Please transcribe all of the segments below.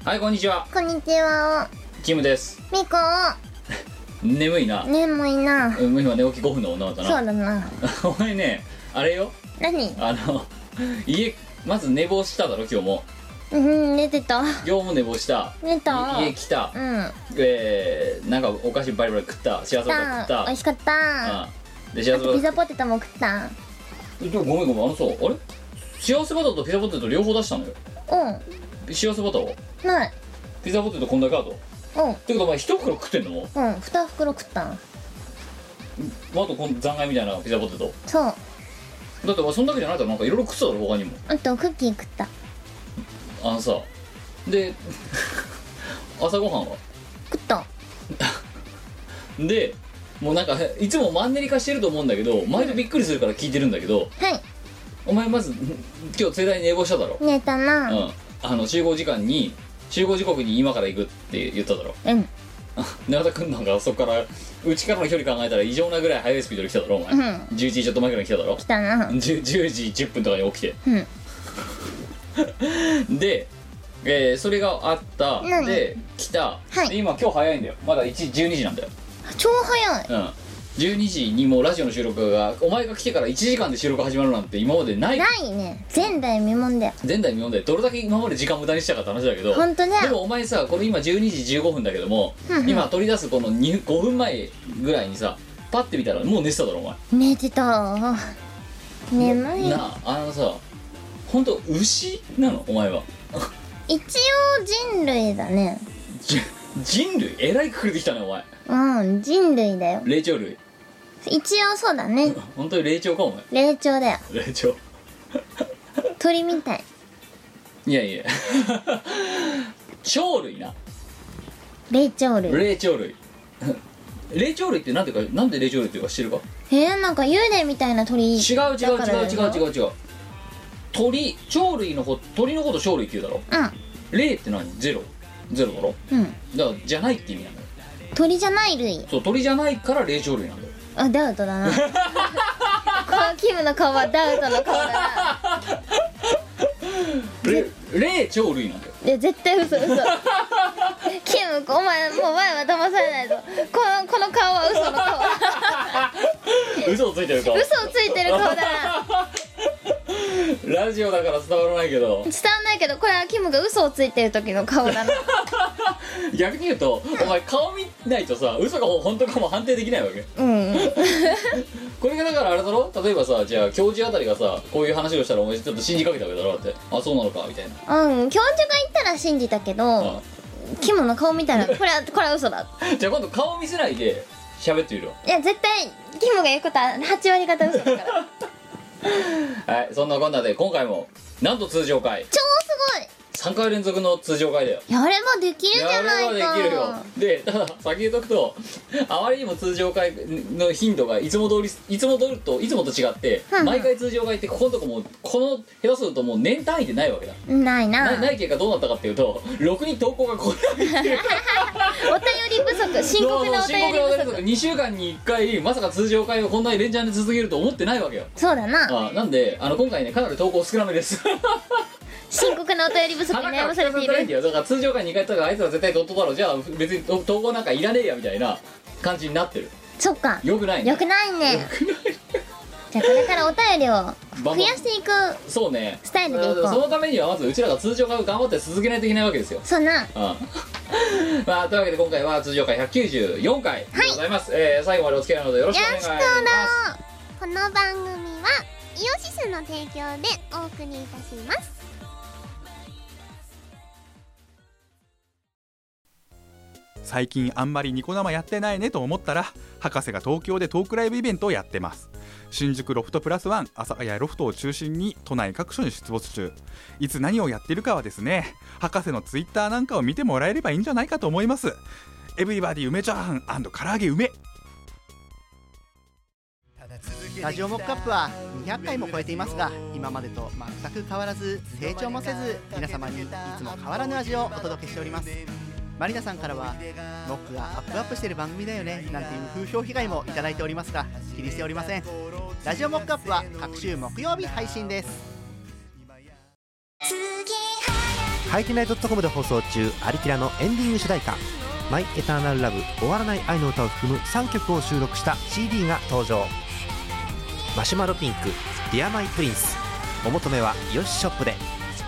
はい、こんにちは。 こんにちは。 キムです。 ミコ。 眠いな。 眠いな。 今寝起き5分の女だな。 そうだな。 お前ね、あれよ。 何？ まず寝坊しただろ、今日も。 寝てた。 今日も寝坊した。 寝た。 家来た。なんかお菓子バリバリ食った。幸せバリ食った。 美味しかった。 で、幸せバタ。 ピザポテトも食った。 ごめん、あれ幸せバタとピザポテト両方出したのよ。幸せバタはない。 ピザポテトこんだけあと。ってことはお前1袋食ってんのも 2袋食った。 あと残骸みたいなピザポテト。 そう。 だってそんだけじゃないからなんかいろいろ食ってただろ、他にも。 あとクッキー食った。 で朝ごはんは食った。 でもうなんかいつもマンネリ化してると思うんだけど、毎度びっくりするから聞いてるんだけど、 はい。 お前まず今日盛大に寝坊しただろ。 寝たな。 集合時刻に今から行くって言っただろ。永田君なんかそこからうちからの距離考えたら異常なぐらい速いスピードで来ただろお前。11時ちょっと前ぐらいに来ただろ。 来たな。 10時10分とかに起きて。で、それがあった。で来た。で今日早いんだよ。まだ12時なんだよ。 超早い。 12時にもうラジオの収録が、お前が来てから1時間で収録始まるなんて今までないね。前代未聞だよ。 前代未聞でどれだけ今まで時間無駄にしたかって話だけど、 本当ね。 でもお前さ、これ今12時15分だけども、今取り出すこの5分前ぐらいにさパッて見たらもう寝てただろお前。 寝てた。眠いなあ。本当牛なのお前は。 一応人類だね。 人類えらいくくれてきたねお前。 人類だよ。 霊長類。 一応そうだね。 本当に霊長かお前。 霊長だよ。 霊長。 鳥みたい。 いや鳥類な。 霊長類。 霊長類。霊長類ってなんで霊長類っていうか知ってるか。 なんか幽霊みたいな鳥。 違う。鳥類の鳥のこと鳥類って言うだろ。霊って何？ゼロだろ。だからじゃないって意味なんだよ。 鳥じゃない類。 そう、鳥じゃないから霊長類なんだよ。 ダウトだな。このキムの顔はダウトの顔だな。 霊長類なんだよ。 いや絶対嘘。キム、お前もう前は騙されないぞ。この顔は嘘の顔だ。 嘘をついてる顔。 嘘をついてる顔だな。 ラジオだから伝わらないけど、 これはキムが嘘をついてる時の顔だな。 逆に言うとお前顔見ないとさ、嘘か本当かも判定できないわけ。これがだからあれだろ。例えばさ、じゃあ教授あたりがさこういう話をしたらお前ちょっと信じかけたわけだろ。って、あ、そうなのかみたいな。 教授が言ったら信じたけど、キムの顔見たらこれは嘘だ。 じゃあ今度顔見せないで喋ってみるわ。 いや絶対キムが言うことは8割方嘘だから。 はい、そんなこんなで今回もなんと通常回超すごい。 3回連続の通常回だよ。 やればできるじゃないか。 やればできるよ。で、ただ先言っとくと、あまりにも通常回の頻度がいつもと違って、毎回通常回ってここのとこも下手するともう年単位でないわけだ。 ない結果どうなったかっていうと、ろくに投稿が来ないっていう。 お便り不足、深刻なお便り不足。 2週間に1回まさか通常回をこんなに連チャンで続けると思ってないわけよ。 そうだな。 なんで今回ねかなり投稿少なめです。 深刻なお便り不足に悩まされている。 だから通常回2回とかあいつら絶対ドットだろ、じゃあ別に投稿なんかいらねえやみたいな感じになってる。 そっか。 よくないね。 よくないね。じゃあこれからお便りを増やしていくそうねスタイルでいこう。 そのためにはまずうちらが通常回を頑張って続けないといけないわけですよ。 そうな。 まあというわけで今回は通常回194回でございます。最後までお付き合いのほどよろしくお願いします。 この番組はイオシスの提供でお送りいたします。 最近あんまりニコ生やってないねと思ったら、博士が東京でトークライブイベントをやってます。新宿ロフトプラスワン、阿佐ヶ谷ロフトを中心に都内各所に出没中。いつ何をやってるかはですね、博士のツイッターなんかを見てもらえればいいんじゃないかと思います。エブリバディ梅チャーハン&唐揚げ梅。 ラジオモックアップは200回も超えていますが、今までと全く変わらず成長もせず、皆様にいつも変わらぬ味をお届けしております。マリナさんからはモックがアップしてる番組だよねなんていう風評被害もいただいておりますが、気にしておりません。ラジオモックアップは各週木曜日配信です。 ハイテナイ .com で放送中アリキラのエンディング主題歌マイエターナルラブ終わらない愛の歌を含む3曲を収録した CD が登場。マシュマロピンクディアマイプリンス、お求めはヨシショップで。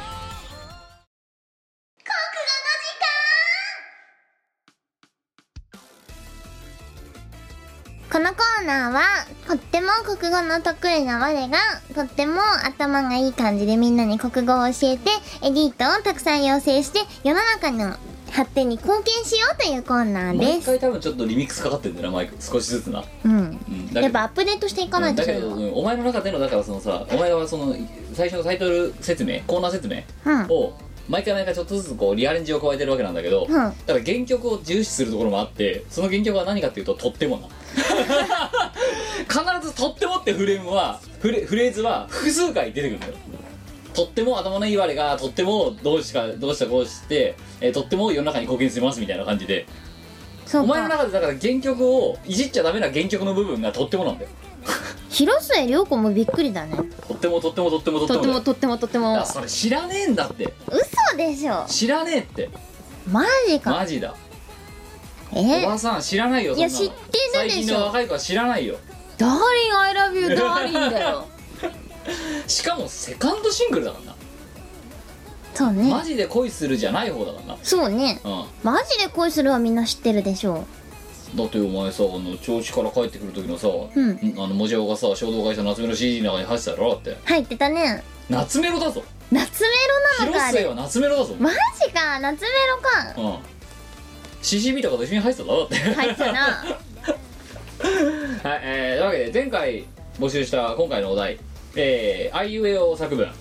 このコーナーはとっても国語の得意な我がとっても頭がいい感じでみんなに国語を教えてエリートをたくさん養成して世の中の発展に貢献しようというコーナーです。 毎回多分ちょっとリミックスかかってんだよな、マイク少しずつな。だけどやっぱアップデートしていかないと。 だけど、お前の中でのだからそのさ、お前はその最初のタイトル説明、コーナー説明を毎回ちょっとずつこうリアレンジを加えてるわけなんだけど、だから原曲を重視するところもあって、その原曲は何かっていうととってもな必ずとってもってフレーズは複数回出てくるんだよ。とっても頭のいい我がとってもどうしたこうして、とっても世の中に貢献しますみたいな感じで、お前の中でだから原曲をいじっちゃダメな原曲の部分がとってもなんだよ。 広末涼子もびっくりだね。 とってもそれ知らねえんだって。 嘘でしょ。 知らねえって。 マジか。 マジだ。おばさん知らないよ。そんなの。 いや知ってるでしょ。 最近の若い子は知らないよ。 ダーリンアイラブユーダーリンだよ。 しかもセカンドシングルだからな。 そうね。 マジで恋するじゃない方だからな。 そうね。マジで恋するはみんな知ってるでしょう。だってお前さ、銚子から帰ってくる時のさ、もじゃおがさ衝動買いした夏メロ CD の中に入ってたろ。だって入ってたね。 夏メロだぞ。 夏メロなのか。 広末は夏メロだぞ。 マジか、夏メロか。 CCB とかと一緒に入ってただろ。だって入ってたな。 はい、というわけで前回募集した今回のお題、あいうえお作文、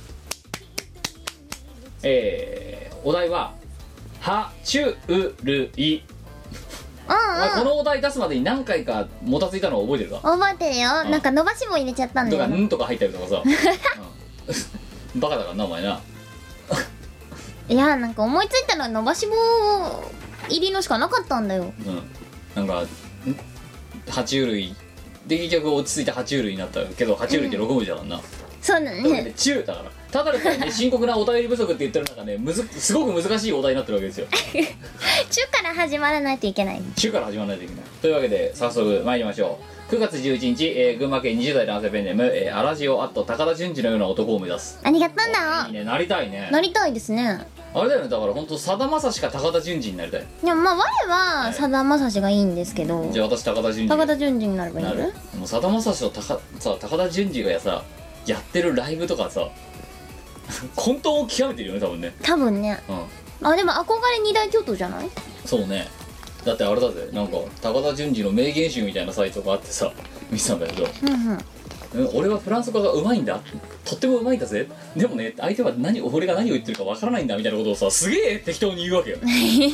お題ははちゅうるい。このお題出すまでに何回かもたついたのを覚えてるか。 覚えてるよ。なんか伸ばし棒入れちゃったんだよ。 とかんとか入ったりとかさ、バカだからなお前な。 いや、なんか思いついたのは伸ばし棒入りのしかなかったんだよ。 なんか爬虫類で結局落ち着いて爬虫類になったけど、爬虫類って6文字だからな。 そうだね。 中だから。ただでさえね、深刻なお便り不足って言ってる中ね、すごく難しいお題になってるわけですよ。 中から始まらないといけない。 中から始まらないといけない。というわけで早速参りましょう。9月11日、群馬県20代男性ペンネーム、アラジオ高田純次のような男を目指す。 ありがとうだ。 いいね、なりたいね。 なりたいですね。 あれだよね、だから本当さだまさしか高田純次になりたい。 いや、まあ我はさだまさしがいいんですけど。 じゃあ私高田純次。 高田純次になればいいんだね。 もうさだまさしと高田純次がさやってるライブとかさ混沌を極めてるよね、多分ね。 多分ね。あ、でも憧れ二大巨頭じゃない？ そうね。だってあれだぜ、なんか高田純次の名言集みたいなサイトがあってさ見てたんだけど、俺はフランス語がうまいんだ、とってもうまいんだぜ、でもね相手は俺が何を言ってるかわからないんだみたいなことをさ、すげえ適当に言うわけよ。い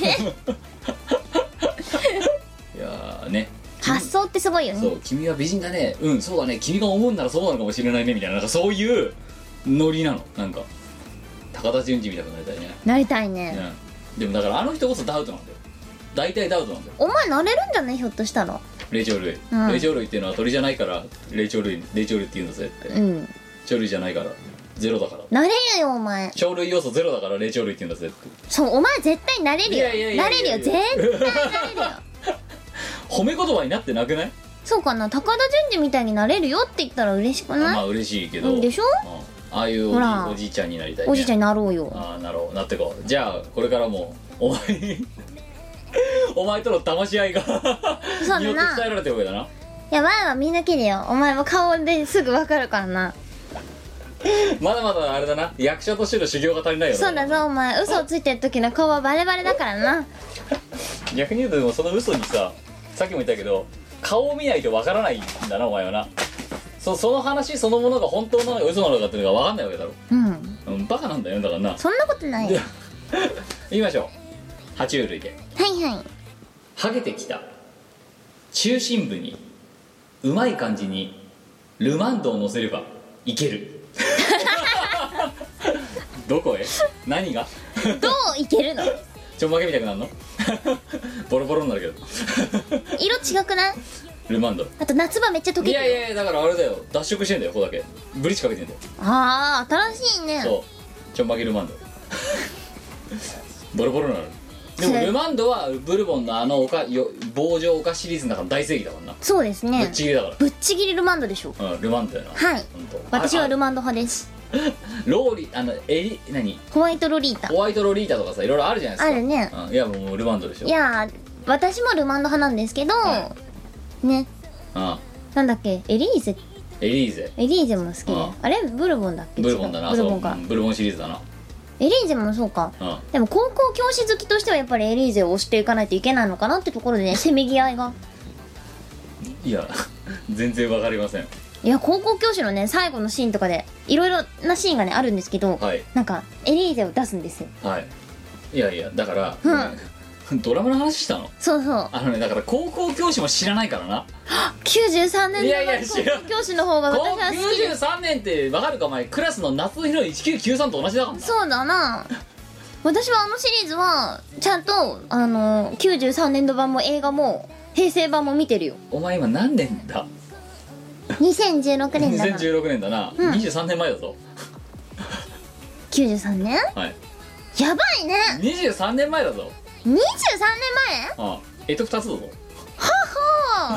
やーね、 発想ってすごいよね。 そう、君は美人だね、そうだね、君が思うんならそうなのかもしれないねみたいな、なんかそういうノリなの。なんか高田純次みたいになりたいね。 なりたいね。 でもだからあの人こそダウトなんだよ。大体ダウトなんだよ。 お前なれるんじゃない？ひょっとしたら。 霊長類、霊長類っていうのは鳥じゃないから霊長類って言うんだぜって。鳥類じゃないからゼロだから。 なれるよお前。 鳥類要素ゼロだから霊長類って言うんだぜって。 そう、お前絶対なれるよ。なれるよ、絶対なれるよ。 褒め言葉になってなくない？ そうかな、高田純次みたいになれるよって言ったら嬉しくない？ まあ嬉しいけど。 でしょ？ ああいうおじいちゃんになりたいね。 おじいちゃんになろうよ。 なってこう。じゃあこれからもお前との騙し合いがによって伝えられてるわけだな。 いや、前はみんなきるよ。お前も顔ですぐ分かるからな。 まだまだあれだな、役者としての修行が足りないよな。 そうだぞ、お前嘘をついてる時の顔はバレバレだからな。 逆に言うとでもその嘘にさっきも言ったけど顔を見ないと分からないんだなお前はな。その話そのものが本当なのか嘘なのかっていうのが分かんないわけだろ。バカなんだよだからな。 そんなことないよ。 言いましょう。爬虫類で。 はいはい。 ハゲてきた中心部にうまい感じにルマンドを乗せればいける。どこへ？何が？ どういけるの？ ちょんまげみたくなるの？ボロボロになるけど。 色違くない？ ルマンド。 あと夏場めっちゃ溶けてる。 いやだからあれだよ、脱色してんだよ、ここだけブリッジかけてんだよ。 ああ、新しいね。 そう、ちょんまげルマンド。 ボロボロなの。でもルマンドはブルボンの棒状お菓子シリーズの中の大正義だからな。 そうですね。 ぶっちぎりだからぶっちぎりルマンドでしょ。 ルマンドやな。 はいほんと私はルマンド派です。 ローリ何ホワイトロリータホワイトロリータとかさいろいろあるじゃないですか。 あるね。 いやもうルマンドでしょ。 いや私もルマンド派なんですけど、 はね、なんだっけ、エリーゼエリーゼも好きで、あれブルボンだっけ。 ブルボンだな。 ブルボンか、 そうブルボンシリーズだな。 エリーゼもそうか。でも高校教師好きとしてはやっぱりエリーゼを推していかないといけないのかなってところでね、せめぎ合いが。 いや全然わかりません。 いや高校教師のね最後のシーンとかでいろいろなシーンがねあるんですけど、 はいなんかエリーゼを出すんですよ。 はい。いやいやだから、ドラマの話したの。 そうそう。 だから高校教師も知らないからな。 93年いやいやの高校教師の方が私は好きです。 93年ってわかるかお前、クラスの夏の日の1993と同じだからな。 そうだな。私はシリーズはちゃんと93年度版も映画も平成版も見てるよ。 お前今何年だ。 2016年だな。 2016年だな、23年前だぞ。 93年、 はい、 やばいね。 23年前だぞ。 23年前。 ああ、2つだぞ。 はは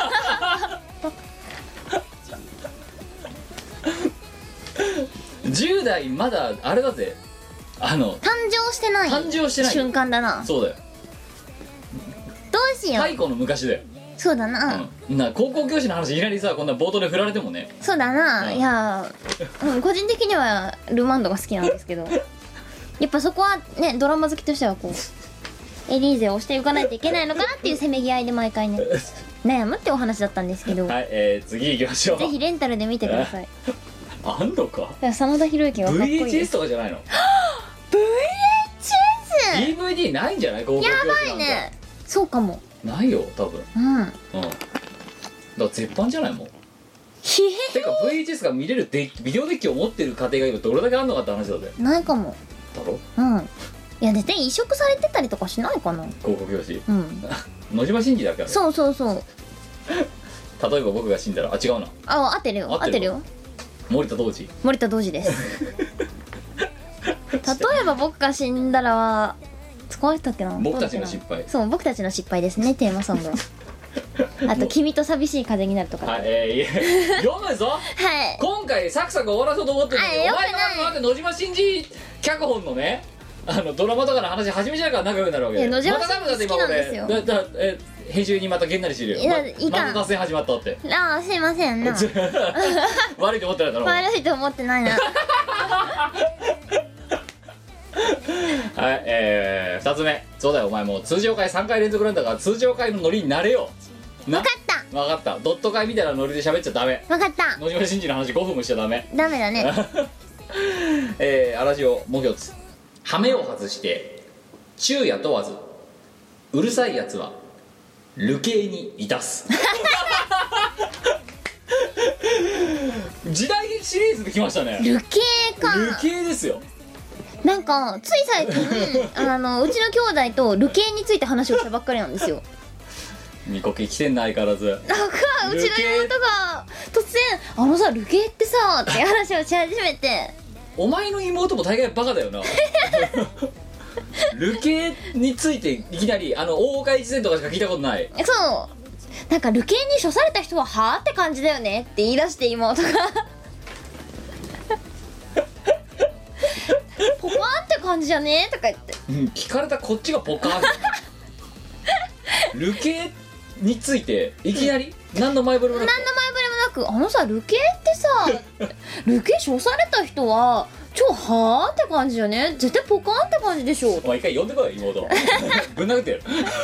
10代まだあれだぜ、 誕生してない瞬間だな。 そうだよ。 どうしよう。 太古の昔だよ。 そうだな、 高校教師の話いきなりさこんな冒頭で振られてもね。 そうだな、いや、個人的にはルマンドが好きなんですけどやっぱそこはねドラマ好きとしてはこうエリーゼを押していかないといけないのかなっていうせめぎ合いで毎回ね悩むってお話だったんですけど、 はい、次行きましょう。 ぜひレンタルで見てください。 あんのか。 真田広之がかっこいいです。 VHS とかじゃないの VHS DVD ないんじゃない。高校教師やなんかばいね。そうかも。 ないよ多分。だから絶版じゃないもん。てか VHS が見れるビデオデッキを持ってる家庭が今どれだけあんのかって話だぜ。 ないかも。 だろ。 いや絶対移植されてたりとかしないかな。 高校教師。野島真司だけある。 そうそうそう。 例えば僕が死んだら、違うな。 合ってるよ。合ってるよ。 森田童子です例えば僕が死んだらは使われたっけな。 僕たちの失敗。 そう、僕たちの失敗ですね、テーマソング。あと君と寂しい風になるとか。 はい、読むぞ。はい今回サクサク終わらそうと思ってるんだけど、お前が待って野島真司脚本のねドラマとかの話始めちゃうから仲良くなるわけで。 野島真司好きなんですよ。 編集にまたげんなりしてるよ。また脱線始まったって。 ああすいませんな悪いと思ってないだろ。 悪いと思ってないなはい、2つ目。そうだよお前もう通常回3回連続なんだから通常回のノリになれよ。 分かったドット回みたいなノリで喋っちゃダメ。 分かった。 野島真司の話5分もしちゃダメ。 ダメだねあらじをもう一つ。羽目を外して昼夜問わずうるさいやつは流刑にいたす時代劇シリーズできましたね。 流刑か。 流刑ですよ。 なんかつい最近うちの兄弟と流刑について話をしたばっかりなんですよ。 みこき来てんな相変わらず。 なんかうちの妹が突然さ流刑ってさって話をし始めてお前の妹も大概バカだよな流刑についていきなり大岡越前とかしか聞いたことない。 そうなんか流刑に処された人ははあって感じだよねって言い出して妹がポカーンって感じじゃねとか言って聞かれたこっちがポカーン流刑についていきなり何の前触れもなく流刑ってさ流刑処された人は超はあって感じよね絶対ポカーンって感じでしょ。 お前一回呼んでこい妹ぶん殴ってやる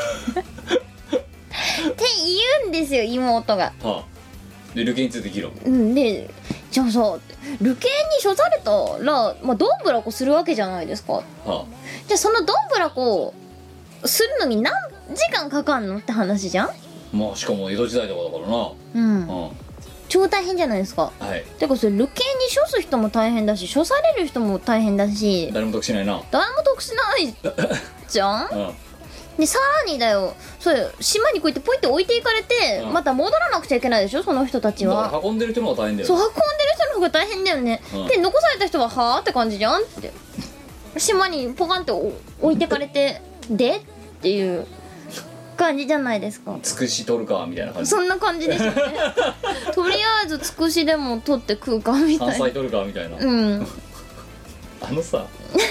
って言うんですよ妹が。 で流刑について議論。 でじゃあさ流刑に処されたら、どんぶらこするわけじゃないですか。じゃあそのどんぶらこするのに何時間かかんのって話じゃん。 しかも江戸時代とかだからな。 超大変じゃないですか。てかそれ流刑に処す人も大変だし処される人も大変だし誰も得しないな。 誰も得しないじゃん。でさらにだよ、それ島にこうやってポイって置いていかれて、また戻らなくちゃいけないでしょその人たちは。 だから運んでる人の方が大変だよ。 そう運んでる人の方が大変だよね、で残された人ははあって感じじゃんって島にポカンって置いてかれてでっていう感じじゃないですか。 つくし取るかみたいな感じ。 そんな感じでしたねとりあえずつくしでも取って食うかみたいな。 山菜取るかみたいな。 うんあのさ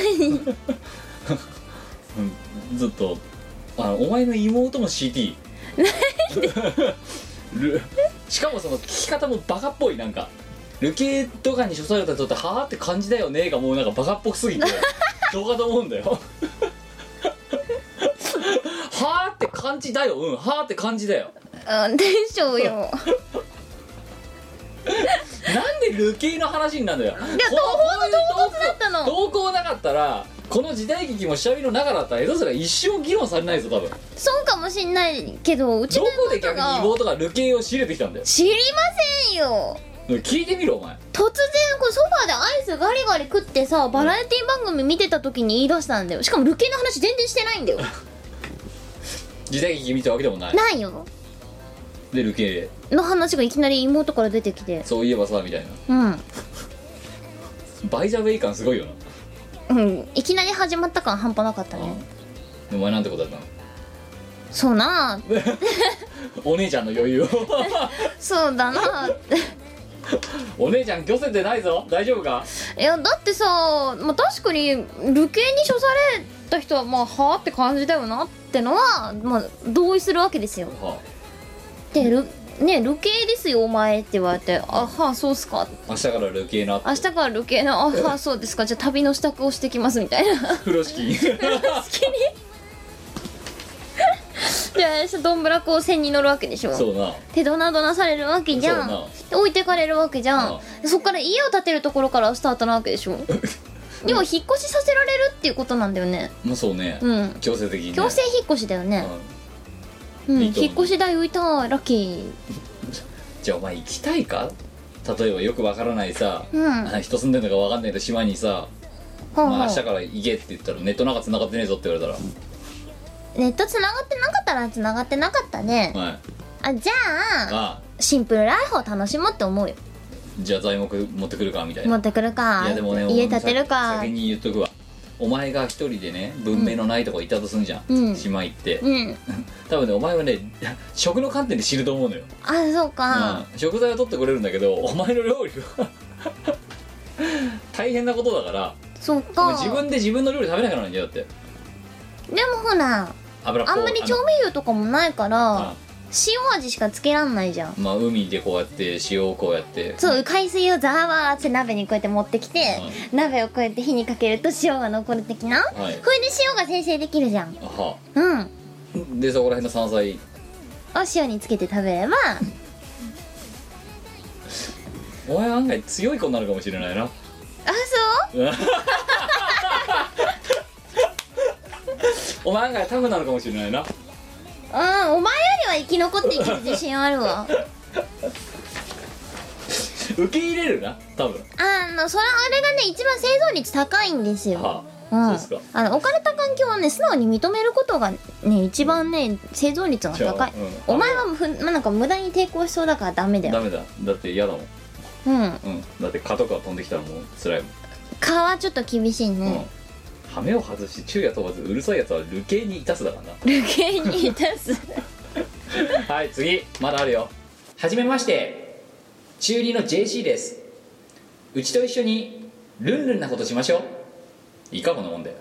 ずっとお前の妹の CD しかもその聞き方もバカっぽい。なんかルケとかに処された人ってはーって感じだよねがもうなんかバカっぽくすぎてどうかと思うんだよはーって感じだよ。うん、はーって感じだよ。 でしょうよなんでルケの話になるんだよ。いや、 ほんと唐突だったの。 投稿なかったらこの時代劇も下火の中だったら江戸すら一生議論されないぞ多分。 そうかもしんないけど、うちどのこで逆に妹が妹がルケを仕入れてきたんだよ。 知りませんよ。 聞いてみろお前。 突然こうソファーでアイスガリガリ食ってさ、バラエティ番組見てた時に言い出したんだよ。しかもルケの話全然してないんだよ時代劇見たわけでもない。 ないよでルケの話がいきなり妹から出てきて、 そういえばさみたいな。バイザウェイ感すごいよな。 いきなり始まった感半端なかったね。 お前なんてことだったの。 そうなお姉ちゃんの余裕をそうだなってお姉ちゃん漁せてないぞ大丈夫か。 いやだってさ、確かにルケに処された人ははぁって感じだよなってのは同意するわけですよ。でルケですよお前って言われて、はあそうっすか、 明日からルケな明日からルケはあそうですか、じゃあ旅の支度をしてきますみたいな風呂敷好きにでどんぶらこう線に乗るわけでしょ。 そうな。 でドナドナされるわけじゃん。 そうなで置いてかれるわけじゃん。そっから家を建てるところからスタートなわけでしょでも引っ越しさせられるっていうことなんだよね。 まあそうね、強制的にね。 強制引っ越しだよね。引っ越し代浮いたラッキー。 じゃあお前行きたいか。例えばよくわからないさ、人住んでるのかわかんないと島にさ、明日から行けって言ったらネットなんか繋がってねえぞって言われたら。 ネット繋がってなかったら繋がってなかったね。じゃあシンプルライフを楽しもうって思うよ。 じゃあ材木持ってくるかみたいな。 持ってくるか。 いやでもね、 家建てるか。 先に言っとくわ。お前が一人でね文明のないとこ行ったとすんじゃん、島行って、多分ねお前はね食の観点で知ると思うのよ。 そうか、 食材は取ってくれるんだけどお前の料理は大変なことだから。 そうか。 自分で自分の料理食べなきゃならないんだよ。だってでもほらあんまり調味料とかもないから塩味しかつけらんないじゃん。 海でこうやって塩をこうやって、 そう海水をザーワーって鍋にこうやって持ってきて、鍋をこうやって火にかけると塩が残る的な、これで塩が生成できるじゃん。 でそこら辺の山菜を塩につけて食べればお前案外強い子になるかもしれないな。 そうお前案外タフなのかもしれないな。 お前よりは生き残っていける自信あるわ受け入れるな多分。 あれがね一番生存率高いんですよ。 そうですか。 置かれた環境をね素直に認めることがね一番ね生存率が高い。お前はなんか無駄に抵抗しそうだからダメだよ。 ダメだ。だって嫌だもん。だって蚊とか飛んできたらもう辛いもん。 蚊はちょっと厳しいね。 羽目を外し昼夜問わずうるさいやつは流刑にいたすだからな。 流刑にいたすはい次まだあるよ。はじめまして中2の JC です。うちと一緒にルンルンなことしましょう。いいかこのもんで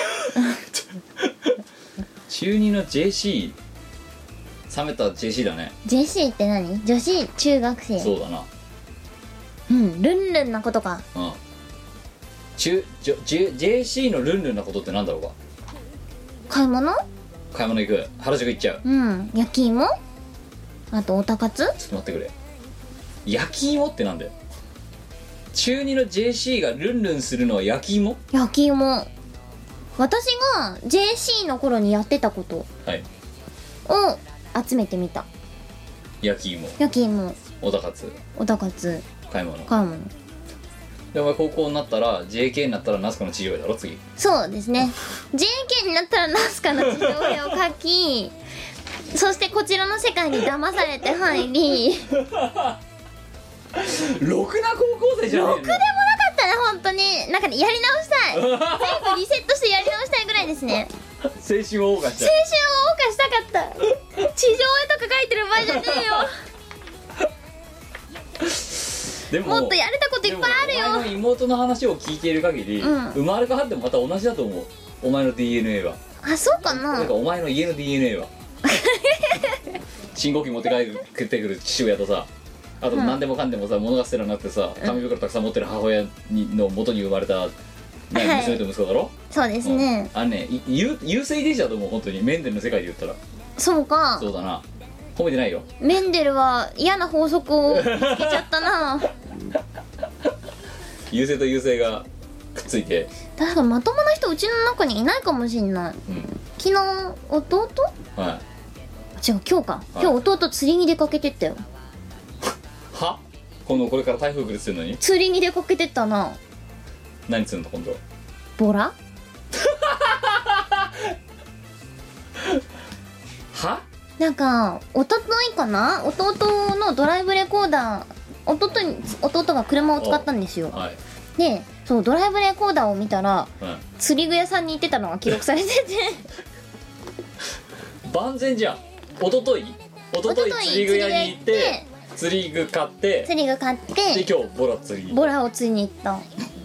中2の JC 冷めた JC だね。 JC って何？女子中学生。 そうだな。 ルンルンなことか。 JC のルンルンなことってなんだろうか。 買い物行く。原宿行っちゃう。 焼き芋、あとおたかつ。 ちょっと待ってくれ。焼き芋ってなんだよ。中2の JC がルンルンするのは焼き芋。 焼き芋、私が JC の頃にやってたことを集めてみた。 焼き芋、おたかつ、買い物。でお前高校になったら JK になったらナスカの治療医だろ次。 そうですねJK になったらナスカの治療医を書きそしてこちらの世界に騙されて入りろくな高校生じゃねえの。 ろくでもなかったね本当に。なんかねやり直したい全部リセットしてやり直したいぐらいですね。 青春を謳歌しちゃ青春を謳歌したかった。地上絵とか書いてる場合じゃねえよ。 う。でももっとやれたこといっぱいあるよ。 でもお前の妹の話を聞いている限り、生まれ変わってもまた同じだと思う。お前の DNA はあ、そうかな。 なんかお前の家の DNA は信号機持って帰ってくる父親とさ、あと何でもかんでもさ物が捨てらなくてさ紙袋たくさん持ってる母親の元に生まれた、娘と息子だろ。 そうですね。 あのね、優勢遺伝子だと思う。本当にメンデルの世界で言ったらそうか。 そうだな。褒めてないよ。 メンデルは嫌な法則を見つけちゃったな。 優勢と優勢がくっついて、 確かまともな人うちの中にいないかもしんない。昨日弟はい違う今日か、 はい今日弟釣りに出かけてったよ。 はこれから台風来るって言ってんのに釣りに出かけてったな。 何するの今度。 ボラはなんか一昨日かな、弟のドライブレコーダー、弟が車を使ったんですよ。 はい、 でそうドライブレコーダーを見たらうん、 釣り具屋さんに行ってたのが記録されてて万全じゃん。おととい釣り具屋に行って釣り具買って釣り具買っでて今日ボラ釣りに。 ボラを釣りに行った。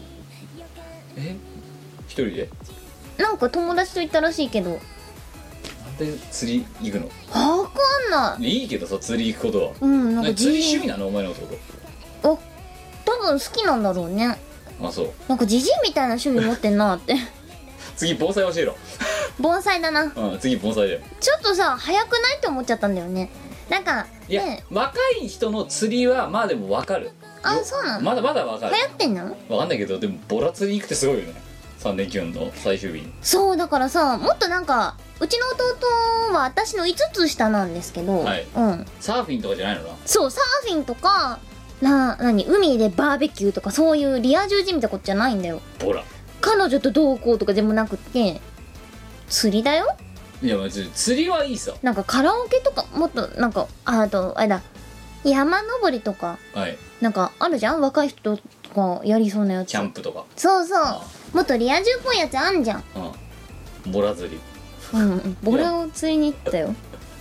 一人でなんか友達と行ったらしいけど、 なんで釣り行くの。 わかんない。 いいけどさ釣り行くことは。 なんか釣り趣味なのお前の男。 多分好きなんだろうね。 あ、そう。 なんかジジイみたいな趣味持ってんなって次盆栽教えろ。 盆栽だな。 うん、次盆栽だよ。 ちょっとさ早くないって思っちゃったんだよね。なんかいや、 ね、 若い人の釣りはまあでも分かる。 あ、そうなの。 まだまだ分かる。 流行ってんの。 分かんないけど、でもボラ釣りに行くってすごいよね。3連休の最終日に。 そうだからさ、もっとなんかうちの弟は私の5つ下なんですけど、 はいサーフィンとかじゃないのな。 そうサーフィンとか海でバーベキューとかそういうリア充じみたことじゃないんだよ。 ボラ。 彼女とどうこうとかでもなくって釣りだよ。 いや、まず釣りはいいさ。 なんかカラオケとかもっとなんかあとあれだ、山登りとかはい。 なんかあるじゃん、若い人とかやりそうなやつ。 キャンプとか。 そうそう、 あもっとリア充っぽいやつあんじゃん。 うん。ボラ釣り。 ボラを釣りに行ったよ。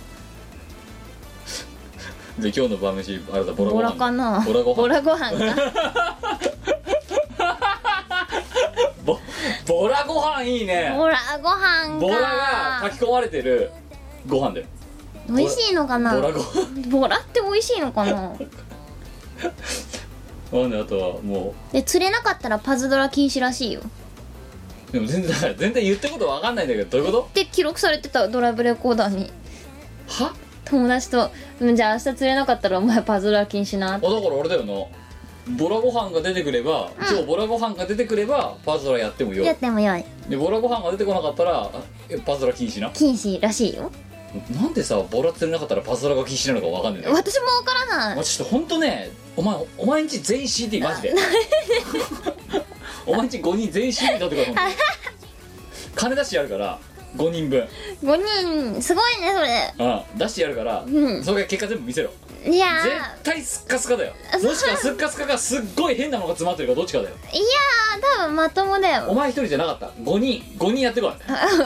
で今日の晩飯あれだ、ボラご飯。 ボラかな。 ボラご飯。 ボラご飯かボラご飯いいね。 ボラご飯か。 ボラが炊き込まれてるご飯だよ。 美味しいのかな。 ボラご飯。 ボラって美味しいのかな。 なんであとはもで釣れなかったらパズドラ禁止らしいよう、でも全然言ってることわかんないんだけど、どういうこと。 って記録されてた。ドライブレコーダーには友達とじゃあ明日釣れなかったらお前パズドラ禁止な。 だからあれだよな、ボラご飯が出てくれば、今日ボラご飯が出てくればパズドラやってもよい。 やってもよい。 でボラご飯が出てこなかったらパズドラ禁止な。 禁止らしいよ。 なんでさボラ釣れなかったらパズドラが禁止なのかわかんないんだよ。 私もわからない。 ちょっとほんとね、お前んち全員 CD マジでお前んち5人全員 CD 取ってこい。ほんとに金出してやるから5人分 5人すごいねそれ。 出してやるから、 うんそれが結果全部見せろ。 いや絶対スッカスカだよ。もしくはスッカスカがすっごい変なものが詰まってるかどっちかだよ。 いや多分まともだよ。 お前一人じゃなかった。5人やってこい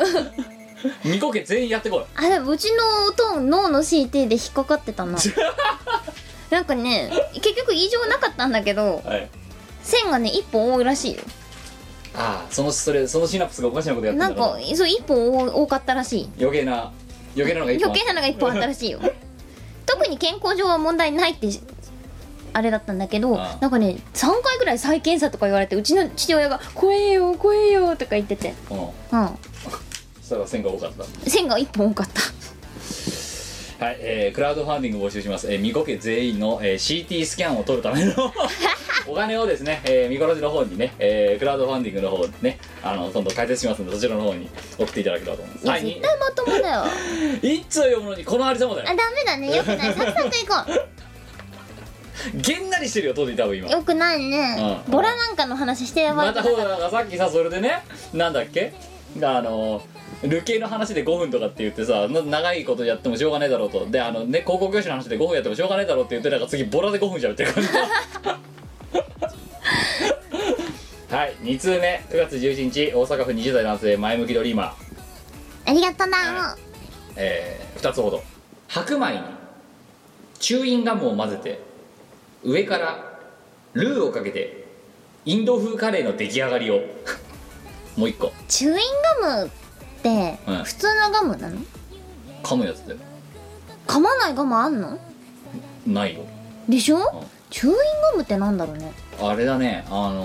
2個家全員やってこい。 あ、でもうちの音脳の CT で引っかかってたななんかね結局異常なかったんだけど、 はい。 線がね1本多いらしいよ。 そのシナプスがおかしなことやってんだなんかそう1本多かったらしい。 余計なのが1本余計なのが1本あったらしいよ特に健康上は問題ないってあれだったんだけど、なんかね3回ぐらい再検査とか言われて、うちの父親が怖えよ怖えよとか言ってて、 そしたら線が多かった。 線が1本多かったはい、クラウドファンディング募集します。ミコ家全員の、CT スキャンを取るためのお金をですね、ミコラジの方にね、クラウドファンディングの方にね、今度解説しますので、そちらの方に送っていただければと思います。 いや絶対まともだよ一通読むのにこのありさまだよ。 ダメだね、よくない。サクサクいこげんなりしてるよ当時多分今。 う。よくないね、ボラなんかの話してやばい。 またほらさっきさそれでね、なんだっけ、ルケの話で5分とかって言ってさ、長いことやってもしょうがねえだろうと。で高校教師の話で5分やってもしょうがねえだろうって言って、なんか次ボラで5分じゃうって感じはい、2通目9月11日大阪府20代男性前向きドリーマありがとな。 ー、2つほど。白米にチューインガムを混ぜて上からルーをかけてインド風カレーの出来上がりをもう一個チューインガムってうん普通のガムなの？ 噛むやつだよ。 噛まないガムあんの？ ないよ。 でしょ？チューインガムってなんだろうね。 あれだね、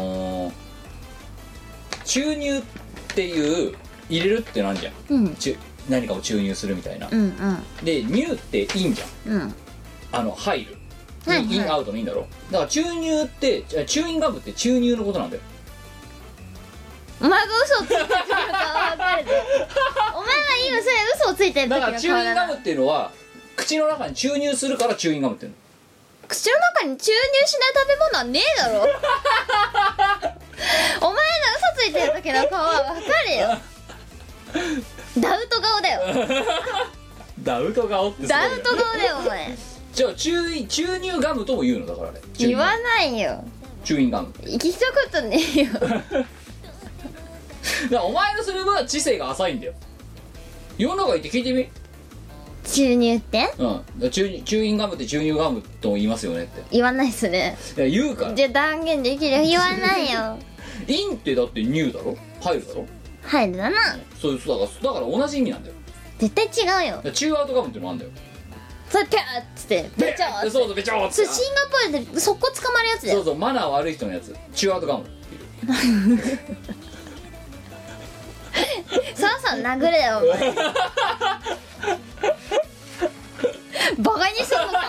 注入っていう入れるってなんじゃん、 うん何かを注入するみたいな、 うんで入っていいんじゃん、 うん入る、 はいはいインアウトのいいんだろ。だから注入ってチューインガムって注入のことなんだよ。 お前が嘘をついてるから分かるで。お前は今それ嘘をついてる時のだからチューインガ顔だな。 ムっていうのは口の中に注入するからチューインガムっていうの。 口の中に注入しない食べ物はねえだろ。お前の嘘ついてる時の顔は分かるよ。ダウト顔だよ。 ダウト顔ってすごいね。 ダウト顔だよお前。 じゃあ注入ガムとも言うのだからね。 言わないよ。 チューインガム。 聞いたことねえよ。 だからお前のそれは知性が浅いんだよ。世の中行って聞いてみ。 注入ってチューインガムって注入ガムとも言いますよねって言わないっすね。 いや言うから。 じゃあ断言できる。言わないよ。 インってだって入だろ、入るだろ。 入るだな。 そうだから同じ意味なんだよ。 絶対違うよだからチューアウトガムっていうのがあるんだよ。 それピャーっつってベチョーってそうそうベチョーってそれシンガポールで速攻捕まるやつだよ。 そうそうマナー悪い人のやつチューアウトガムっていうさあさあ殴れよお前。バカにするのか。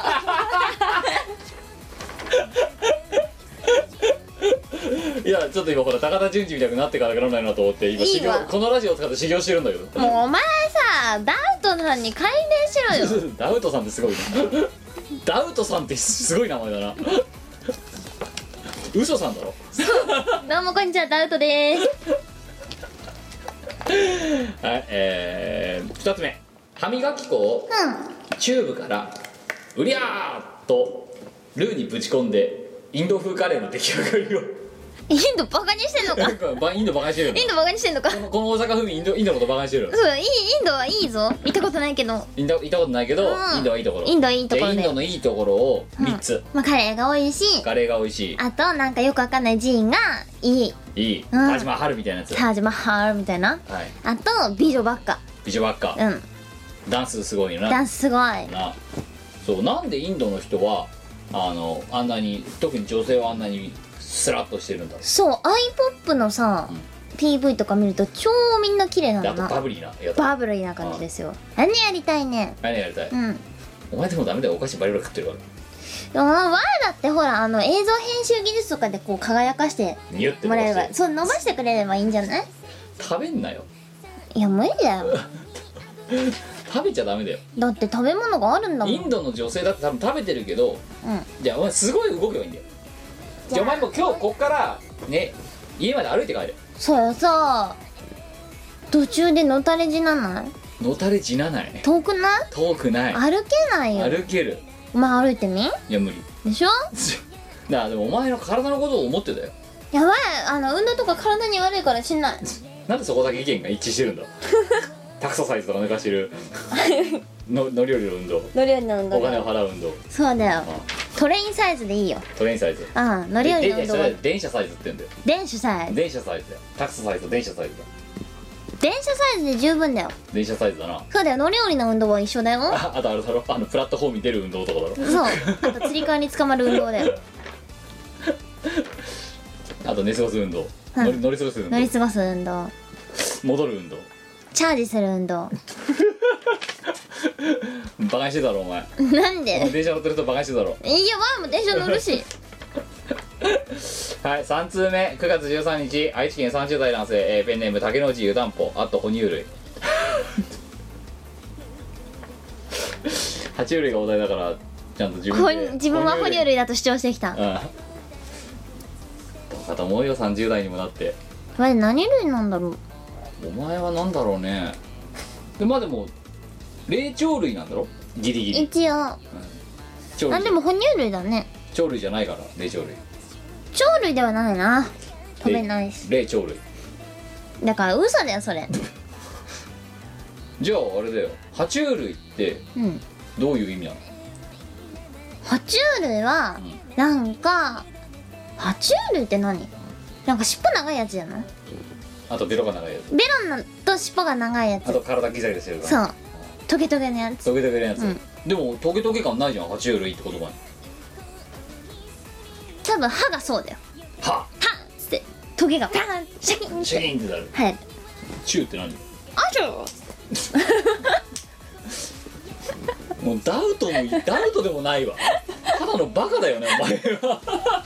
いやちょっと今ほら高田純次みたいになってからならないなと思って今いいわこのラジオを使って修行してるんだけど。 もうお前さダウトさんに改名しろよ。 ダウトさんってすごいなダウトさんってすごい名前だな嘘さんだろ。 どうもこんにちはダウトでーす。 はい2つ目歯磨き粉をチューブからうりゃーっとルーにぶち込んでインド風カレーの出来上がりをインドバカにしてんのか。 インドバカにしてるよインドバカにしてんのか。 この大阪府民インドのことバカにしてる。 そうインドはいいぞ。行ったことないけど。 行ったことないけど、 うんインドはいいところ。 インドはいいところでじゃあインドのいいところを3つ、 まあカレーが美味しい。 カレーが美味しい、 あとなんかよくわかんない寺院がいい。 いい、 うんタジマハルみたいなやつ。 タージマハルみたいな。 はい、 あと美女ばっか。 美女ばっか、 うんダンスすごいよな。 ダンスすごい。 なそうなんでインドの人はあんなに特に女性はあんなにスラッとしてるんだろう。 そう iPop のさ、PV とか見ると超みんな綺麗なんであとだな。 バブリーなやつ。 バブリーな感じですよ。何やりたいね。 何やりたい、 うんお前でもダメだよ、お菓子バリバリ食ってるから。 でも我だってほら映像編集技術とかでこう輝かしてニュってもらえれば伸ばしてそう伸ばしてくれればいいんじゃない？ 食べんなよ。 いや無理だよ。 食べちゃダメだよ。 だって食べ物があるんだもん。 インドの女性だって多分食べてるけど、 うんじゃあお前すごい動けばいいんだよ。じゃあお前も今日こっからね家まで歩いて帰れ。 そうよさ途中でのたれ死なない？ のたれ死なない。 遠くない？ 遠くない。 歩けないよ。 歩ける。 お前歩いてみ？ いや無理。 でしょ？ だからでもお前の体のことを思ってたよ。 やばい運動とか体に悪いからしんない。 なんでそこだけ意見が一致してるんだ。タクササイズとか抜かしてる乗り降りの運動、 乗り降りの運動お金を払う運動、 そうだよ。トレインサイズでいいよ。 トレインサイズ。 うん乗り降りの運動はそれ電車サイズって言うんだよ。 電車サイズ。 電車サイズだよ。タクササイズと電車サイズだ。 電車サイズで十分だよ。 電車サイズだな。 そうだよ乗り降りの運動は一緒だよ。 あとあれだろ、プラットフォームに出る運動とかだろ。 そうあとつり革に捕まる運動だよ。 あと寝過ごす運動、 うん乗り過ごす運動、 乗り過ごす運動、 戻る運動。 チャージする運動。 バカにしてたろお前。 なんで？ 電車乗ってる人バカにしてたろ。 いやワンも電車乗るし。 はい、3通目9月13日愛知県30代男性、ペンネーム竹之内湯たんぽあと哺乳類爬虫類がお題だからちゃんと自分で自分は哺乳類だと主張してきた。 うんどうかと思うよ30代にもなって。 あれ何類なんだろう。 お前はなんだろうね。でまあでも霊長類なんだろギリギリ。 一応鳥類でも哺乳類だね。 鳥類じゃないから霊長類。 鳥類ではないな。 飛べないし。 霊長類。 だから嘘だよそれ。 じゃああれだよ、爬虫類ってうんどういう意味なの？ 爬虫類はなんか爬虫類って何？なんか尻尾長いやつじゃない？ あとベロが長いやつ、 ベロと尻尾が長いやつ。 あと体ギザギザしてるから、 そうトゲトゲのやつ。 トゲトゲのやつ、 うんでもトゲトゲ感ないじゃん爬虫類って言葉に。 多分歯がそうだよ。 は歯っつってトゲがパーンシャキンっシャてキンってなる。 はいチューって何？ あちょもうダウトでもないわ。ただのバカだよねお前は。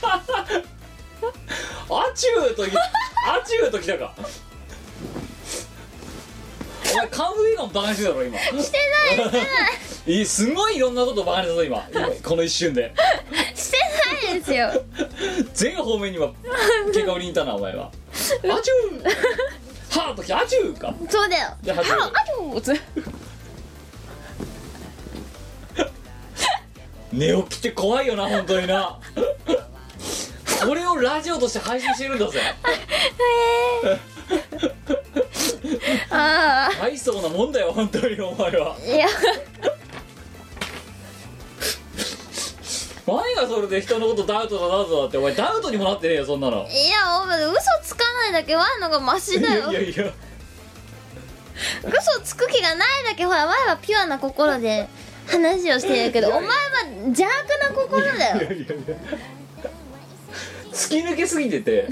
アチューときたか。お前カンフー映画もバカにしてたろ今。してないすごいいろんなことバカにしたぞ今この一瞬で。 してないですよ。 全方面には喧嘩売りにいたなお前は。アチューはーときアチューか。 そうだよ。 で歯歯あちょつ寝起きって怖いよな本当にな。これをラジオとして配信してるんだぜ。 あ大そうなもんだよ本当にお前は。 あいや前がそれで人のことダウトだってお前ダウトにもなってねえよそんなの。 いやお前嘘つかないだけワイのがマシだよ。 いや嘘つく気がないだけほらワイはピュアな心で話をしてるけどお前は邪悪な心だよ。 突き抜けすぎてて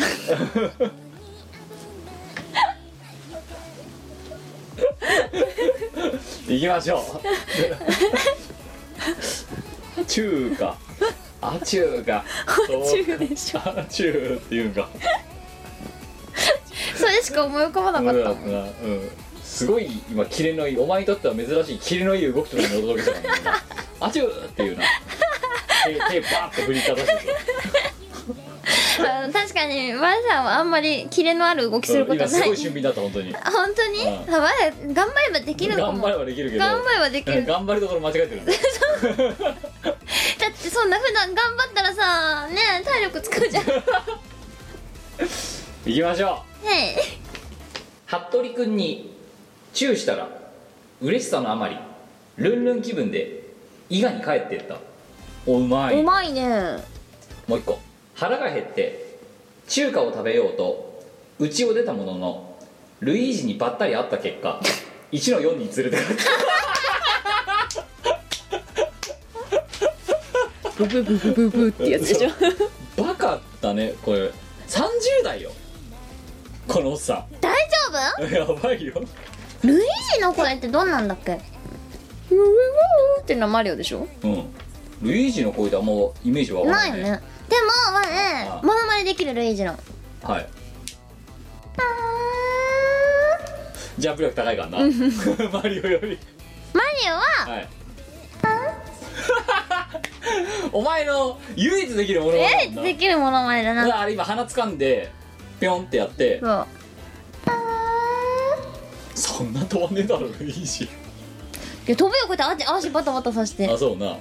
行きましょう。中華あちゅうかあちゅうでしょ。 あちゅうっていうんか。 それしか思い浮かばなかったもん。 うん、すごい今キレのいい、お前にとっては珍しいキレのいい動きとかにお届けしたからね。あちゅうっていうな。手バーって振りかざして確かにワイさんはあんまりキレのある動きすることない。 今すごい俊敏だった本当に。 本当に、 うんワイ頑張ればできるかも。 頑張ればできるけど、 頑張ればできる。 頑張りどころ間違えてるんだ。 だってそんな普段頑張ったらさねえ体力つくじゃん。 行きましょう。 ね服部くんにチューしたら嬉しさのあまりルンルン気分で伊賀に帰っていった。おうまい。 うまいね。 もう一個、腹が減って中華を食べようと家を出たもののルイージにばったり会った結果1の4に連れて帰った。 ブブブブブブってやつでしょ。 バカだねこれ。30代よこのおっさ大丈ん。やばいよ。 夫？ルイージの声ってどんなんだっけ？ ウウウウってのはマリオでしょ。 うん、ルイージの声であんまイメージはわかなんいよないね。 ね。でも我モノマネできるルイージの。 はい。ジャンプ力高いからな。マリオより。 マリオははい。お前の唯一できるものなんだ。 できるモノマネだな。 だからあれ今鼻掴んでピョンってやって、 そう。 そんな飛ばねえだろルイージ。 いや飛ぶよこうやって足バタバタさせて。 あ、そうな。いや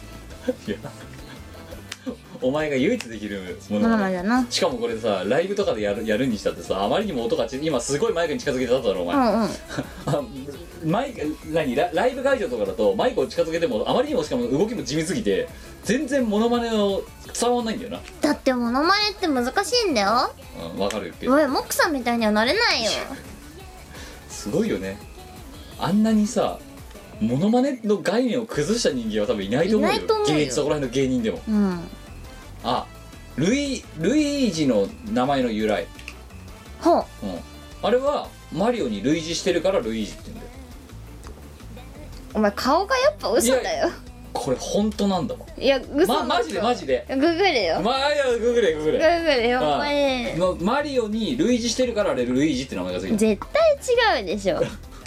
お前が唯一できるもモノのマネだな。 しかもこれさライブとかでやるにしたってさ、あまりにも音が今すごいマイクに近づけてただろお前。 うんうん。 あマイクライブ会場とかだとマイクを近づけてもあまりにもしかも動きも地味すぎて全然モノマネの伝わんないんだよな。 だってモノマネって難しいんだよ。 うん、わかるけどおいモックさんみたいにはなれないよ。 すごいよね。あんなにさモノマネの概念を崩した人間は多分いないと思うよ。 いないと思うよそこら辺の芸人でも。 うん。 あ、ルイージの名前の由来、 ほう。 あれはマリオに類似してるからルイージって言うんだよ。 お前顔がやっぱ嘘だよ。 これ本当なんだもん。 いや嘘マジでマジで。 ググれよ。 まあいやググれ。 ググれよ。お前マリオに類似してるからあれルイージって名前がついた。 絶対違うでしょ。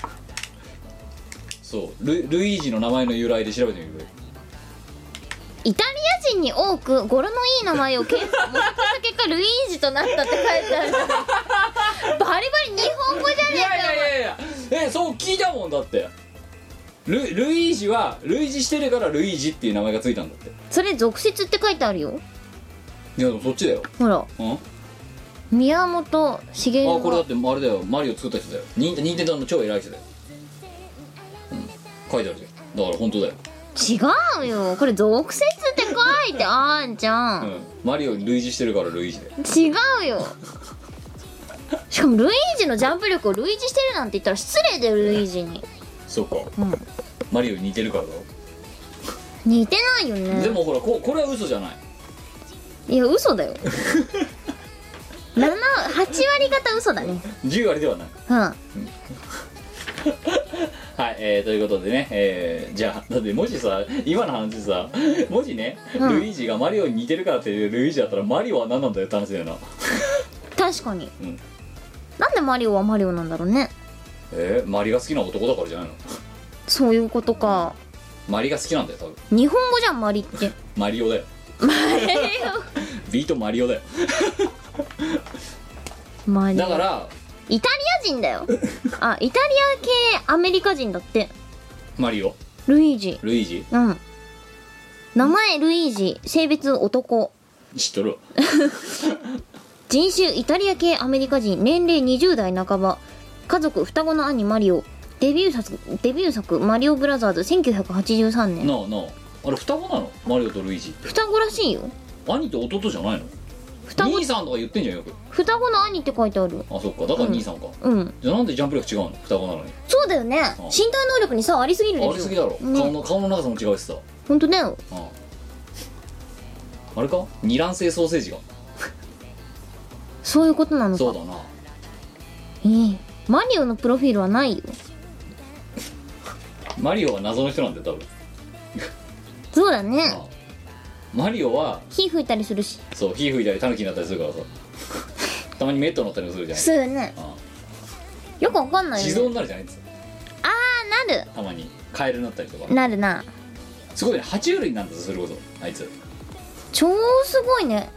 そうルイージの名前の由来で調べてみる。 イタリア人に多く語呂のいい名前を模索した結果ルイージとなったって書いてある。バリバリ日本語じゃねえかよ。 いやそう聞いたもんだって。ルイージは類似してるからルイージっていう名前がついたんだって。 それ俗説って書いてあるよ。 いやでもそっちだよ。 ほら。 うん宮本茂あ、これだってあれだよ、マリオ作った人だよ。任天堂の超偉い人だよ。書いてあるじゃん。だから本当だよ。 違うよ、これ俗説って書いてあんじゃん、 マリオに類似してるからルイージで。 違うよ。しかもルイージのジャンプ力を類似してるなんて言ったら失礼だよ、ルイージに。 そうか、マリオに似てるからだろ。 似てないよね。 でもほらこれは嘘じゃない。 いや嘘だよ。8割方嘘だね。 10割ではない。はい、ということでね、じゃあだってもしさ今の話さ、もしね、ルイージがマリオに似てるからってルイージだったらマリオは何なんだよって話だよな。 確かに、なんでマリオはマリオなんだろうね。 マリが好きな男だからじゃないの。 そういうことか。 マリが好きなんだよ多分。 日本語じゃんマリって。 マリオだよ。 マリビートマリオだよ。 オマリオだからイタリア人だよ。あ、イタリア系アメリカ人だって。 マリオルイージ。 ルイージ名前ルイージ、性別男、 知っとるわ。 人種イタリア系アメリカ人、年齢20代半ば、家族双子の兄マリオ、デビュー作マリオブラザーズ1983年。 なああれ双子なのマリオとルイージって。 双子らしいよ。 兄と弟じゃないの。 双子兄さんとか言ってんじゃんよく。 双子の兄って書いてある。 あ、そっか、だから兄さんか。じゃあなんでジャンプ力違うの双子なのに。 そうだよね、身体能力に差ありすぎるでしょ。 ありすぎだろ、顔の長さも違うしさ。 ほんとだよ。 あれか二卵性ソーセージが。 そういうことなのか。 そうだな。 マリオのプロフィールはないよ。 マリオは謎の人なんだよ多分。 そうだね。 マリオは火吹いたりするし。 そう、火吹いたりタヌキになったりするからさ。たまにメット乗ったりもするじゃない。 そうよね。よくわかんないよね。 地蔵になるじゃないですか。 なる。 たまにカエルになったりとか。 なるな。 すごいね、爬虫類なんだぞそれこそあいつ。 超すごいね。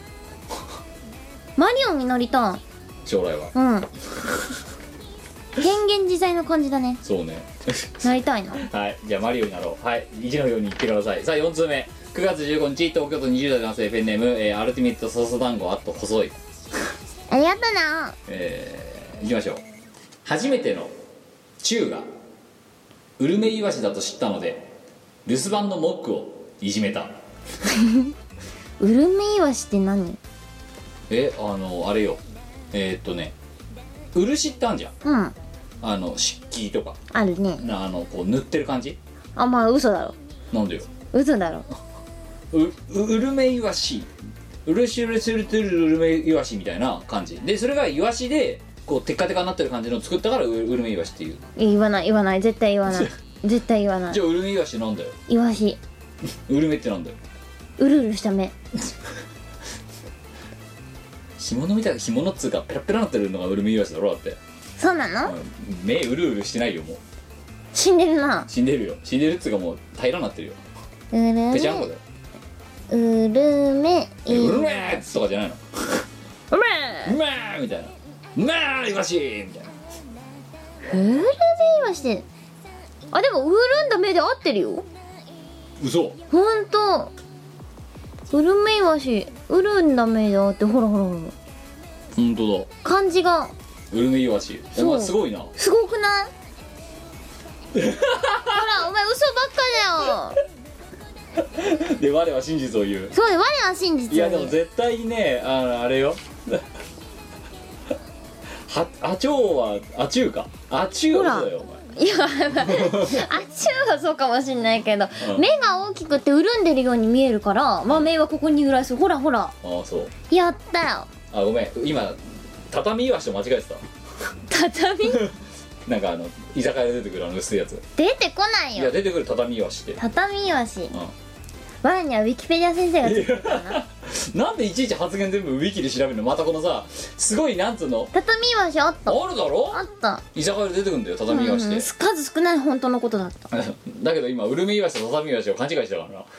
マリオになりたい将来は。 変幻自在な感じだね。 そうね。 なりたいな。 はい、じゃあマリオになろう。はい、1のように言ってください。さあ4通目、9月15日東京都20代男性ペンネーム、アルティメットソース団子あっと細い。 ありがとな。 いきましょう。初めてのチューがウルメイワシだと知ったので留守番のモックをいじめた。 ウルメイワシって何？ あれよ、漆ってあんじゃん。漆器とかあるね。 こう塗ってる感じ。 あ、まあ嘘だろ。 なんでよ。 嘘だろ。 ウルメイワシ、ウルシュルシュルトゥルウルメイワシみたいな感じで、それがイワシでこうテッカテカになってる感じの作ったからウルメイワシっていう。 言わない絶対言わない絶対言わない。 じゃあウルメイワシなんだよ。 イワシ。 ウルメってなんだよ。 うるうるした目。 干物みたいな、干物っつうかペラペラなってるのがウルメイワシだろ。だってそうなの？ 目うるうるしてないよ。もう死んでるな。 死んでるよ。死んでるっつうかもう平らになってるよ。 うるめぺちゃんこだよ。 うるめウルメーとかじゃないの。 うめうめーみたいな。うめーイワシみたいな。 ウルメイワシって。あ、でもウルンだ目で合ってるよ。 嘘。 ほんと。ウルメイワシウルンだ目で合って、ほらほらほら。 ほんとだ。 漢字がウルメイワシ。お前すごいな。 すごくない？ほらお前嘘ばっかだよ。 で我は真実を言う。 そうね、我は真実。 いやでも絶対にね、あれよ。アチョウはアチューか。アチューは嘘だよお前。 いや、あっちはそうかもしんないけど、目が大きくて潤んでるように見えるから、まあ目はここに由来する。ほらほら。 ああそう。 やったよ。 あ、ごめん、今畳イワシと間違えてた。 畳なんか居酒屋で出てくる薄いやつ。 出てこないいやよ。 出てくる畳イワシって。 畳イワシ。 う我にはウィキペディア先生が作ったな。 ん。なんでいちいち発言全部ウィキで調べるの。またこのさ、すごいなんつうの。 畳イワシあった。 あるだろ。 あった。 居酒屋で出てくるんだよ畳イワシって。 数少ない本当のことだった。 だけど今ウルメイワシと畳イワシを勘違いしてたからな。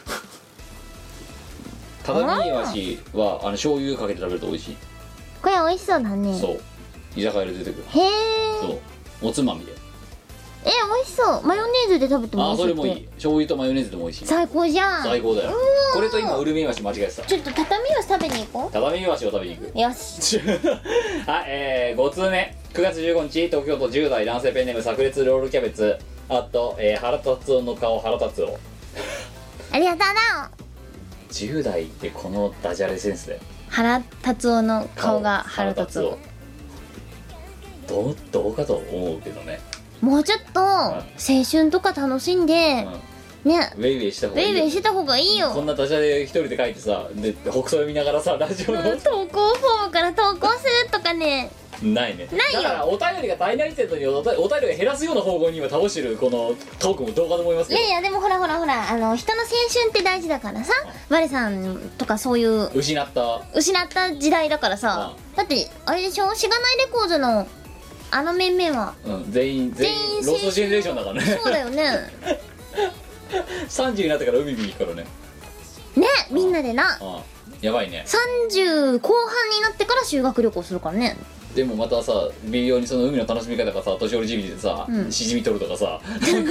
畳イワシは醤油かけて食べると美味しい。 これ美味しそうだね。 そう。居酒屋で出てくる。 へえ。 そう。おつまみで。 美味ししそう。マヨネーズで食べてもあ、 美味しいって。 それもいい。醤油とマヨネーズでも美味しい。 最高じゃん。 最高だよ。これと今ウルミイワシ間違えてた。 ちょっと畳を食べに行こ畳イワシを食べに行く。 う。よし。 はい、5通目9月15日東京都10代男性ペンネーム炸裂ロールキャベツあと、腹立つおの顔腹立つお。 ありがとうな。 10代ってこのダジャレセンスで腹立つおの顔が腹立つお。 どうかと思うけどね。 もうちょっと青春とか楽しんで、ね、 ウェイウェイした方ウがいいよ。 ェイウェイしてた方がいいよ。 こんなダジャレ一人で書いてさ、で北総読みながらさラジオの投稿フォームから投稿するとかね。 ないね。 ないよだからお便りが足りないってのにお便りが減らすような方向に今倒してるこのトークもどうかと思いますけど。 いやいや、でもほら人の青春って大事だからさ、我さんとかそういう失った失った時代だからさ、だってあれでしょ、しがないレコーズのあの面々は全員全員ローストジェネレーションだからね。 そうだよね。 30になってから海見に行くからね。 ね、みんなでなああやばいね。 30後半になってから修学旅行するからね。 でもまたさ微妙にその海の楽しみ方がさ年寄りじみでさ、しじみ取るとかさ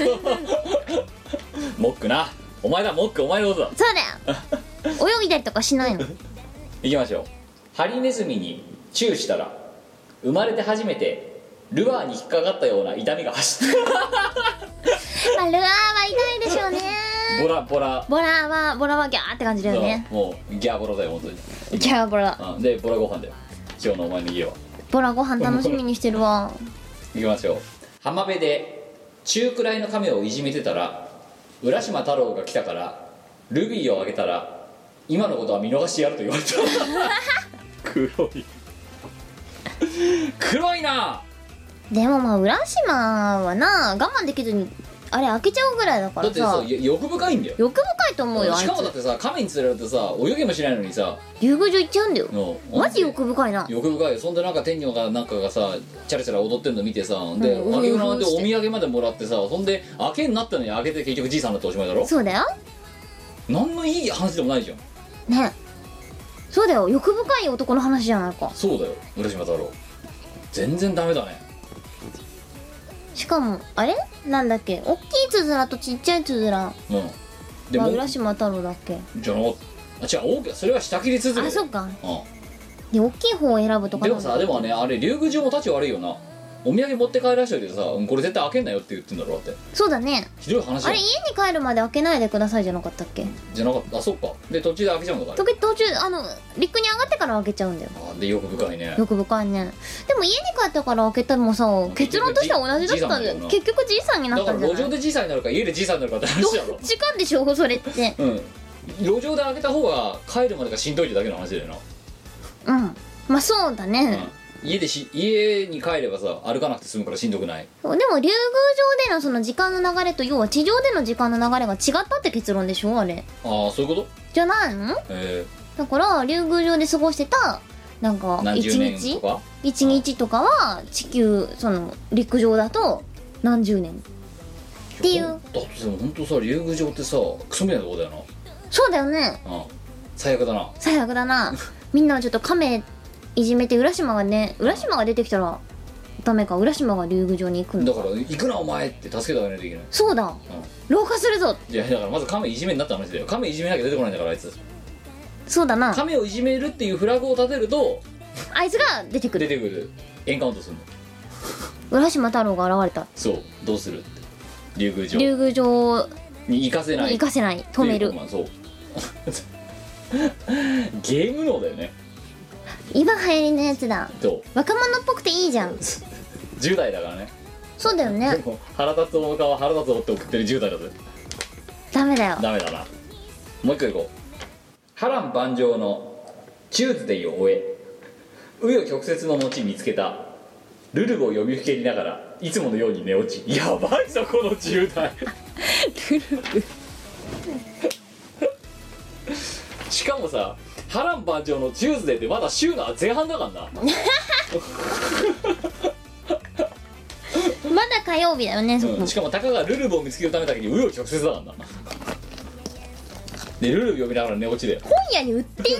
モックなお前だ、モックお前のことだ。 そうだよ。泳いだりとかしないの。 いきましょう。ハリネズミにチューしたら生まれて初めてルアーに引っかかったような痛みが走った。 まあルアーは痛いでしょうね。 ボラボラはギャーって感じだよね。 もうギャーボラだよ本当に。 ギャーボラ。 でボラご飯だよ今日のお前の家は。 ボラご飯楽しみにしてるわ。 いきましょう。浜辺で中くらいの亀をいじめてたら浦島太郎が来たからルビーをあげたら今のことは見逃してやると言われた。黒いな。 でもまあ浦島はな我慢できずにあれ開けちゃうぐらいだからだってささ、 欲深いんだよ。 欲深いと思うよ。あいしかもだっつてさ亀に連れられてさ泳げもしないのにさ竜宮城行っちゃうんだよ。マジ欲欲深いな。 深いよ。そんでなんか天女がなんかがさチャラチャラ踊ってんの見てさ、であげなんでお土産までもらってさ、そんで開けになったのに開けて結局じいさんだっておしまいだろ。 そうだよ何のいい話でもないじゃん。 ね。そうだよ、欲深い男の話じゃないか。 そうだよ浦島太郎全然ダメだね。 しかもあれなんだっけ、大きいつづらとちっちゃいつづらでもは浦島太郎だっけ。 じゃあ違う大きい、それは下切り続け。 あ、そっか。 うで大きい方を選ぶとん、 かなんだ。 でもさ、でもねあれ竜宮城も立ち悪いよな。お土産持って帰らしといてさ、これ絶対開けんなよって言ってんだろ。だってそうだね。 ひどい話だよ。 あれ家に帰るまで開けないでくださいじゃなかったっけ。 じゃなかった。あ、そっか。で途中で開けちゃうんだから。 途中陸に上がってから開けちゃうんだよ。 あで欲深いね。 欲深いね。でも家に帰ったから開けたのもさ、結論としては同じだったんだよ。結局じいさんになだったんじゃない。 から路上でじいさんになるか家でじいさんになるかって話だろ。 どっちかでしょそれって。 うん路上で開けた方が帰るまでがしんどいってだけの話だよな。 うん、まあそうだね。 家に帰ればさ歩かなくて済むからしんどくない。 でも竜宮城でのその時間の流れと要は地上での時間の流れが違ったって結論でしょあれ。 ああそういうこと。 じゃないの？だから竜宮城で過ごしてたなんか何十年とか一日とかは地球その陸上だと何十年っていう。 だってでも本当さ竜宮城ってさクソみたいなとこだよな。 そうだよね。 最悪だな。 最悪だな。みんなちょっと亀いじめて浦島が出てきたらダメか。浦島が竜宮城に行くんだだから行くなお前って助けてあげないといけない。 そうだ、老化するぞ。 いやだからまず亀いじめになった話だよ。亀いじめなきゃ出てこないんだからあいつ。 そうだな。 亀をいじめるっていうフラグを立てるとあいつが出てくる。 エンカウントするの。 浦島太郎が現れた。 そうどうするって。竜宮城竜宮城に行かせない。 止める。 まあそうゲーム脳だよね。 今流行りのやつだ。 どう若者っぽくていいじゃん。 10代だからね。 そうだよね。 でも腹立つおの顔腹立つおって送ってる10代だぜ。 ダメだよ。 ダメだな。もう一個いこう。波乱万丈のチューズデイを終え紆余曲折の後見つけたルルブを読みふけりながらいつものように寝落ち。やばいぞこの10代。ルルブしかもさ波乱万丈のチューズデーってまだ週の前半だからな。 まだ火曜日だよね、そこ。 しかもタカがルルブを見つけるためだけに紆余曲折だからな。でルルブ読みながら寝落ちだよ。 本屋に売ってんじ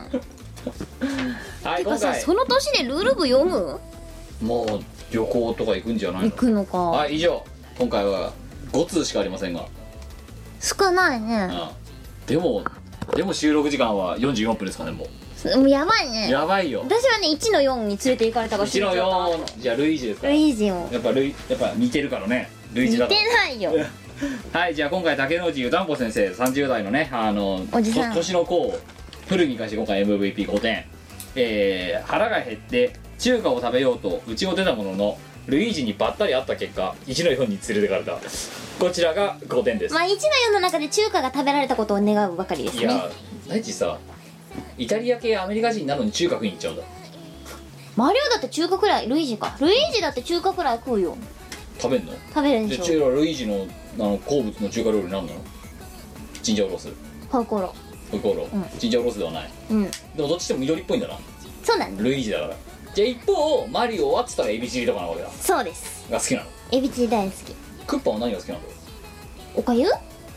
ゃん。 はいてかさ、 今回その年でルール部読む？ もう旅行とか行くんじゃないの。 行くのか。 はい以上今回は5通しかありませんが、 少ないね。 でも収録時間は44分ですかね。ももうやばいうね。 やばいよ。 私はね1の4に連れて行かれたから 1の4じゃあルイージですかルら、 イージをやっぱ似てるからね、ルイージ似てだから。 ないよ。 はい、じゃあ今回竹之内湯たんぽ先生30代のねおじさん年の功フルに関して今回 MVP5 点、腹が減って中華を食べようと家を出たもののルイージにばったり会った結果1の4に連れてかれた。こちらが5点です。 まあ1の4の中で中華が食べられたことを願うばかりですね。 いや大地さ、イタリア系アメリカ人なのに中華食いに行っちゃうんだ。 マリオだって中華くらい、ルイージだって中華くらい食うよ。 食べんの？ 食べるんでしょ。 ルイージの好物の中華料理何なの？チンジャオロース、 ホイコーロホイコーロー、 うんチンジャオロースではない。 ー。うん。 でもどっちでも緑っぽいんだな、 そうなんだ。 ルイージだから。じゃあ一方マリオはっつったらエビチリとかなわけだそうです。 が好きなの。 エビチリ大好き。 クッパは何が好きなの？ おかゆ？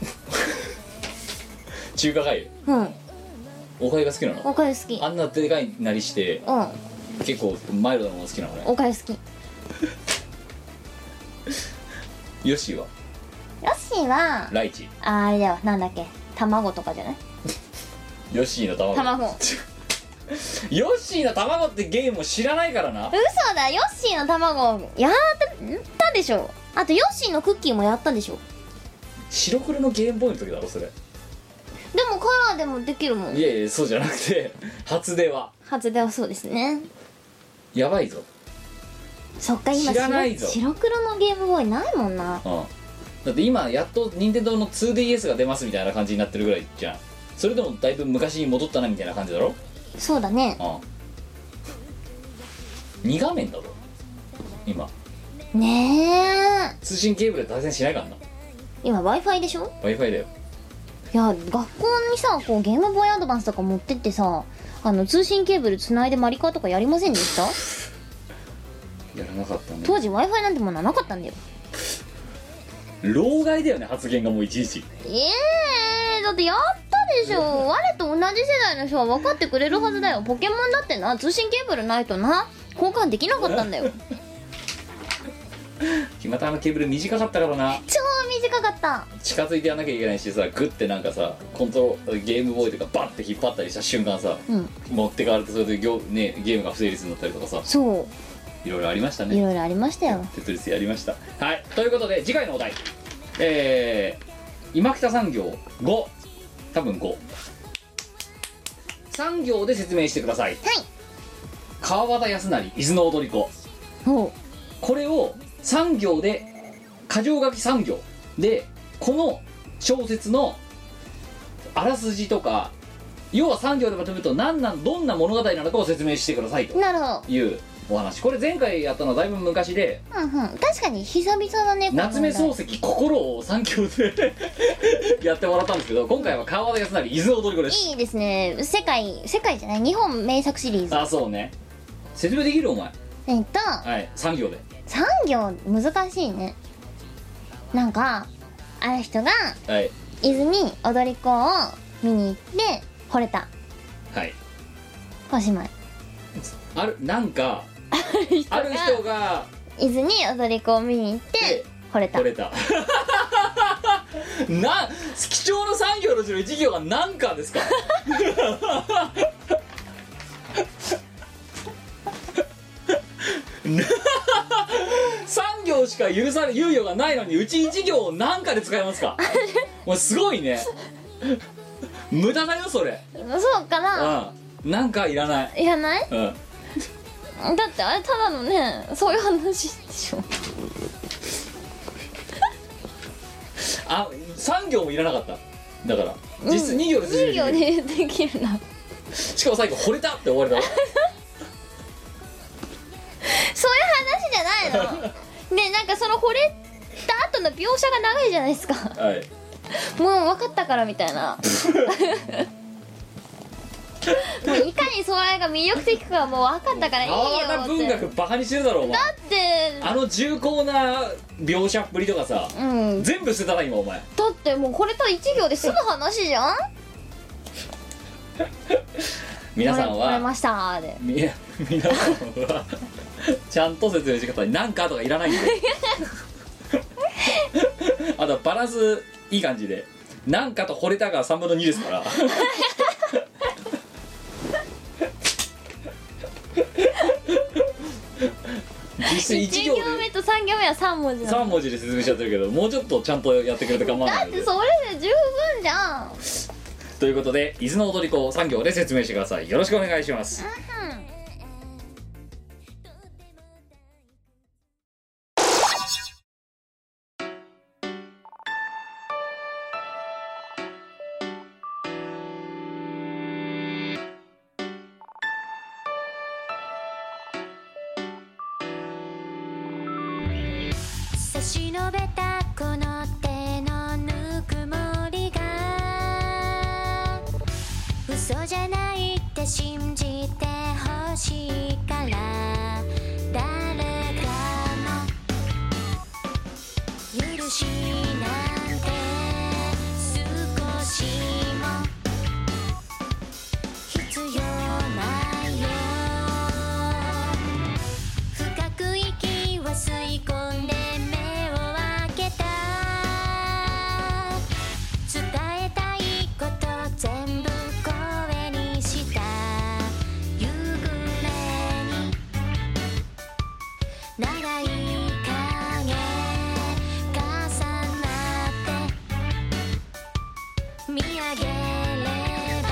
中華がゆ。 うん。 おかゆが好きなの？ おかゆ好き。 あんなでかいなりしてうん。 結構マイルドなもの好きなのね。 おかゆ好き。ヨヨッシーは？ ッシーはライチ。 あれだよ、なんだっけ、卵とかじゃない？ ヨッシーの卵。 卵。 ヨッシーの卵ってゲームを知らないからな。 嘘だ、ヨッシーの卵やったでしょ。あとヨッシーのクッキーもやったでしょ。 白黒のゲームボーイの時だろそれ。 でもカラーでもできるもん。 いやいやそうじゃなくて初出は初ではそうですね。 やばいぞ。 そっか、今知らないぞ白黒のゲームボーイないもんな。 うん。だって今やっと任天堂の 2DS が出ますみたいな感じになってるぐらいじゃん。それでもだいぶ昔に戻ったなみたいな感じだろ。 そうだね。 うん。2画面だぞ今。 ねえ。 通信ケーブルで対戦しないからな。 今 Wi-Fi でしょ。 Wi-Fi だよ。 いや、学校にさ、こうゲームボーイアドバンスとか持ってってさ、通信ケーブルつないでマリカーとかやりませんでした？ やらなかったね。 当時 Wi-Fi なんてものはなかったんだよ。 老害だよね発言がもういちいち。 だってやったでしょ。我と同じ世代の人は分かってくれるはずだよ。ポケモンだってな、通信ケーブルないとな、交換できなかったんだよ。 またケーブル短かったからな。 超短かった。 近づいてやんなきゃいけないしさ、グッてなんかさゲームボーイとかバッて引っ張ったりした瞬間さ、 うん。 持ってかれてそれでゲームが不成立になったりとかさ、 そう。 いろいろありましたいね。 ろいろありましたよ。 テトリスやりました。はい、ということで次回のお題、今北産業5、多分5、産業で説明してください。 はい。 川端康成伊豆の踊り子、 ほこれを産業で箇条書き産業でこの小説のあらすじとか、要は産業でまとめるとどんな物語なのかを説明してくださいとう。なるほど。 いうお話。これ前回やったのはだいぶ昔で、 うんうん。確かに久々だね。 夏目漱石心を産業でやってもらったんですけど、今回は川端康成伊豆の踊り子です。 いいですね。世界じゃない、日本名作シリーズ。 あ、そうね。説明できるお前。 はい 、産業で。 産業難しいね。なんかある人がはい。 伊豆に踊り子を見に行って惚れた。 はい。 おしまい。 なんかある人が伊豆に踊り子を見に行って惚れた。 惚れた貴重な産業のうちの一行がなんかですか産業しか猶予がないのにうち一行をなんかで使いますかもうすごいね。無駄だよそれ。 そうかな。 うん、なんかいらない。 いらない？ うん。 だってあれただのね、そういう話でしょ。 3行もいらなかった。だから実質2行で 2行でできるな。 しかも最後惚れたって終わりだろそういう話じゃないの。で、なんかその惚れた後の描写が長いじゃないですか。 はい。 もう分かったからみたいな。もういかにそれが魅力的かはもう分かったからいいよって。 川端文学バカにしてるだろお前。 だって重厚な描写っぷりとかさ、 うん、 全部捨てたな今お前。 だってもうこれと一行で済む話じゃん。 皆さん惚れはましたで。 皆さんはちゃんと説明してください。なんかとかいらないんであとバランスいい感じでなんかと惚れたが3分の2ですから実質1 1 行行目でと3行目は3文字な 3 の。 文字で説明しちゃってるけど、もうちょっとちゃんとやってくれて構わないので。 だってそれで十分じゃん。 ということで伊豆の踊り子3行で説明してください。よろしくお願いします。 差し伸べたこの手のぬくもりが嘘じゃないって信じてほしいから誰かの許しなんて少しも必要ないよ深く息を吸い込んで目を開けた伝えたいこと全部声にした夕暮れに長い影重なって見上げれば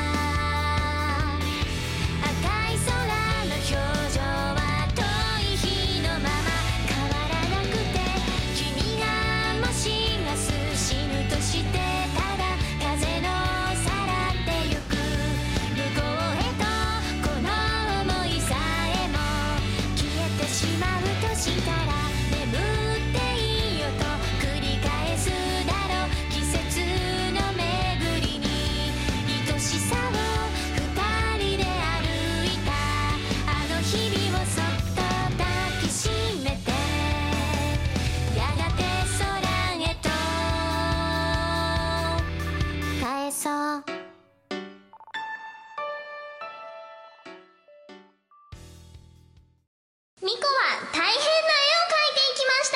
赤い空の表情は遠い日のまま変わらなくて君がもし明日死ぬとしてただ風のさらってゆく向こうへとこの想いさえも消えてしまうとしたら眠っていいよと繰り返すだろう季節の巡りに愛しさを二人で歩いたあの日々をそっと抱きしめてやがて空へと返そうミコは大変な絵を描いていきました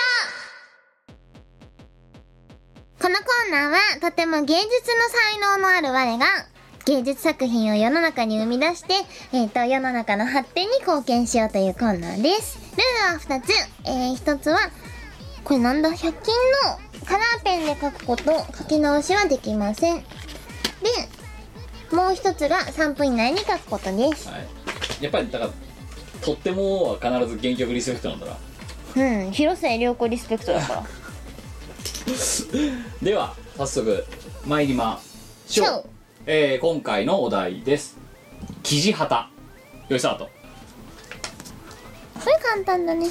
。このコーナーはとても芸術の才能のある我が芸術作品を世の中に生み出して世の中の発展に貢献しようというコーナーです。ルールは2つ。1つはこれなんだ、100均のカラーペンで描くこと、書き直しはできません。でもう1つが3分以内に描くことです。 はい、やっぱりだからとってもは必ず原曲リスペクトなんだな。 うん、広末涼子リスペクトだからでは早速参りましょう。今回のお題です。生地旗。よしスタート。 これ簡単だね。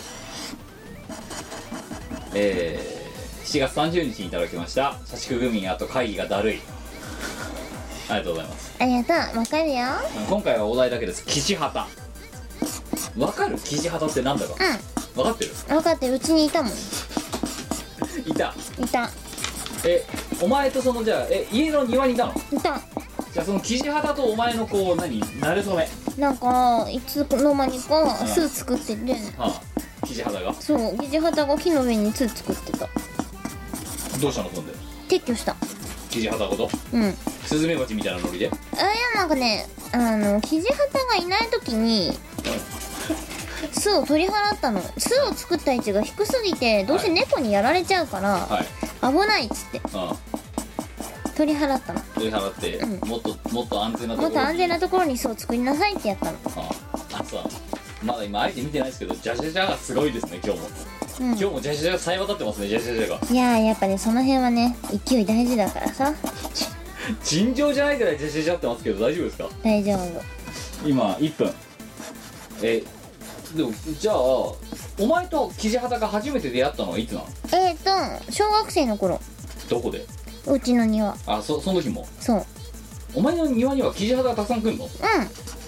7月30日にいただきました。社畜グミあと会議がだるい。ありがとうございます。 ありがとう。わかるよ。 今回はお題だけです。生地旗。わかる？生地旗ってなんだろう。わかってる？ 分かってる。うちにいたもん。 いた。 いた。 お前とそのじゃあ家の庭にいたの？ いた。 じゃあその生地旗とお前のこう慣れ初め。 なんかいつの間にか巣作ってて、 はあ、生地旗が。 そう、生地旗が木の上に巣作ってた。 どうしたのそんで？ 撤去した。 生地旗ごと？ うん。 スズメバチみたいなノリで？ いやなんかね、生地旗がいない時に巣を取り払ったの。巣を作った位置が低すぎてどうせ猫にやられちゃうから、 はい、 危ないっつって取り払ったの。 取り払って、 うん、 もっと安全なところに、 もっと安全なところに巣を作りなさいってやったの。 あさまだ今あえて見てないですけど、ジャジャジャがすごいですね今日も、 うん、 今日もジャジャジャがさえ渡ってますね。ジャジャジャがいやーやっぱねその辺はね勢い大事だからさ。 尋常じゃないくらいジャジャジャってますけど大丈夫ですか？ 大丈夫。 今1分。でもじゃあお前と生地旗が初めて出会ったのはいつなの？ 小学生の頃。 どこで？ うちの庭。 あ、その時も。 そう。 お前の庭には生地旗がたくさん来るの？あ、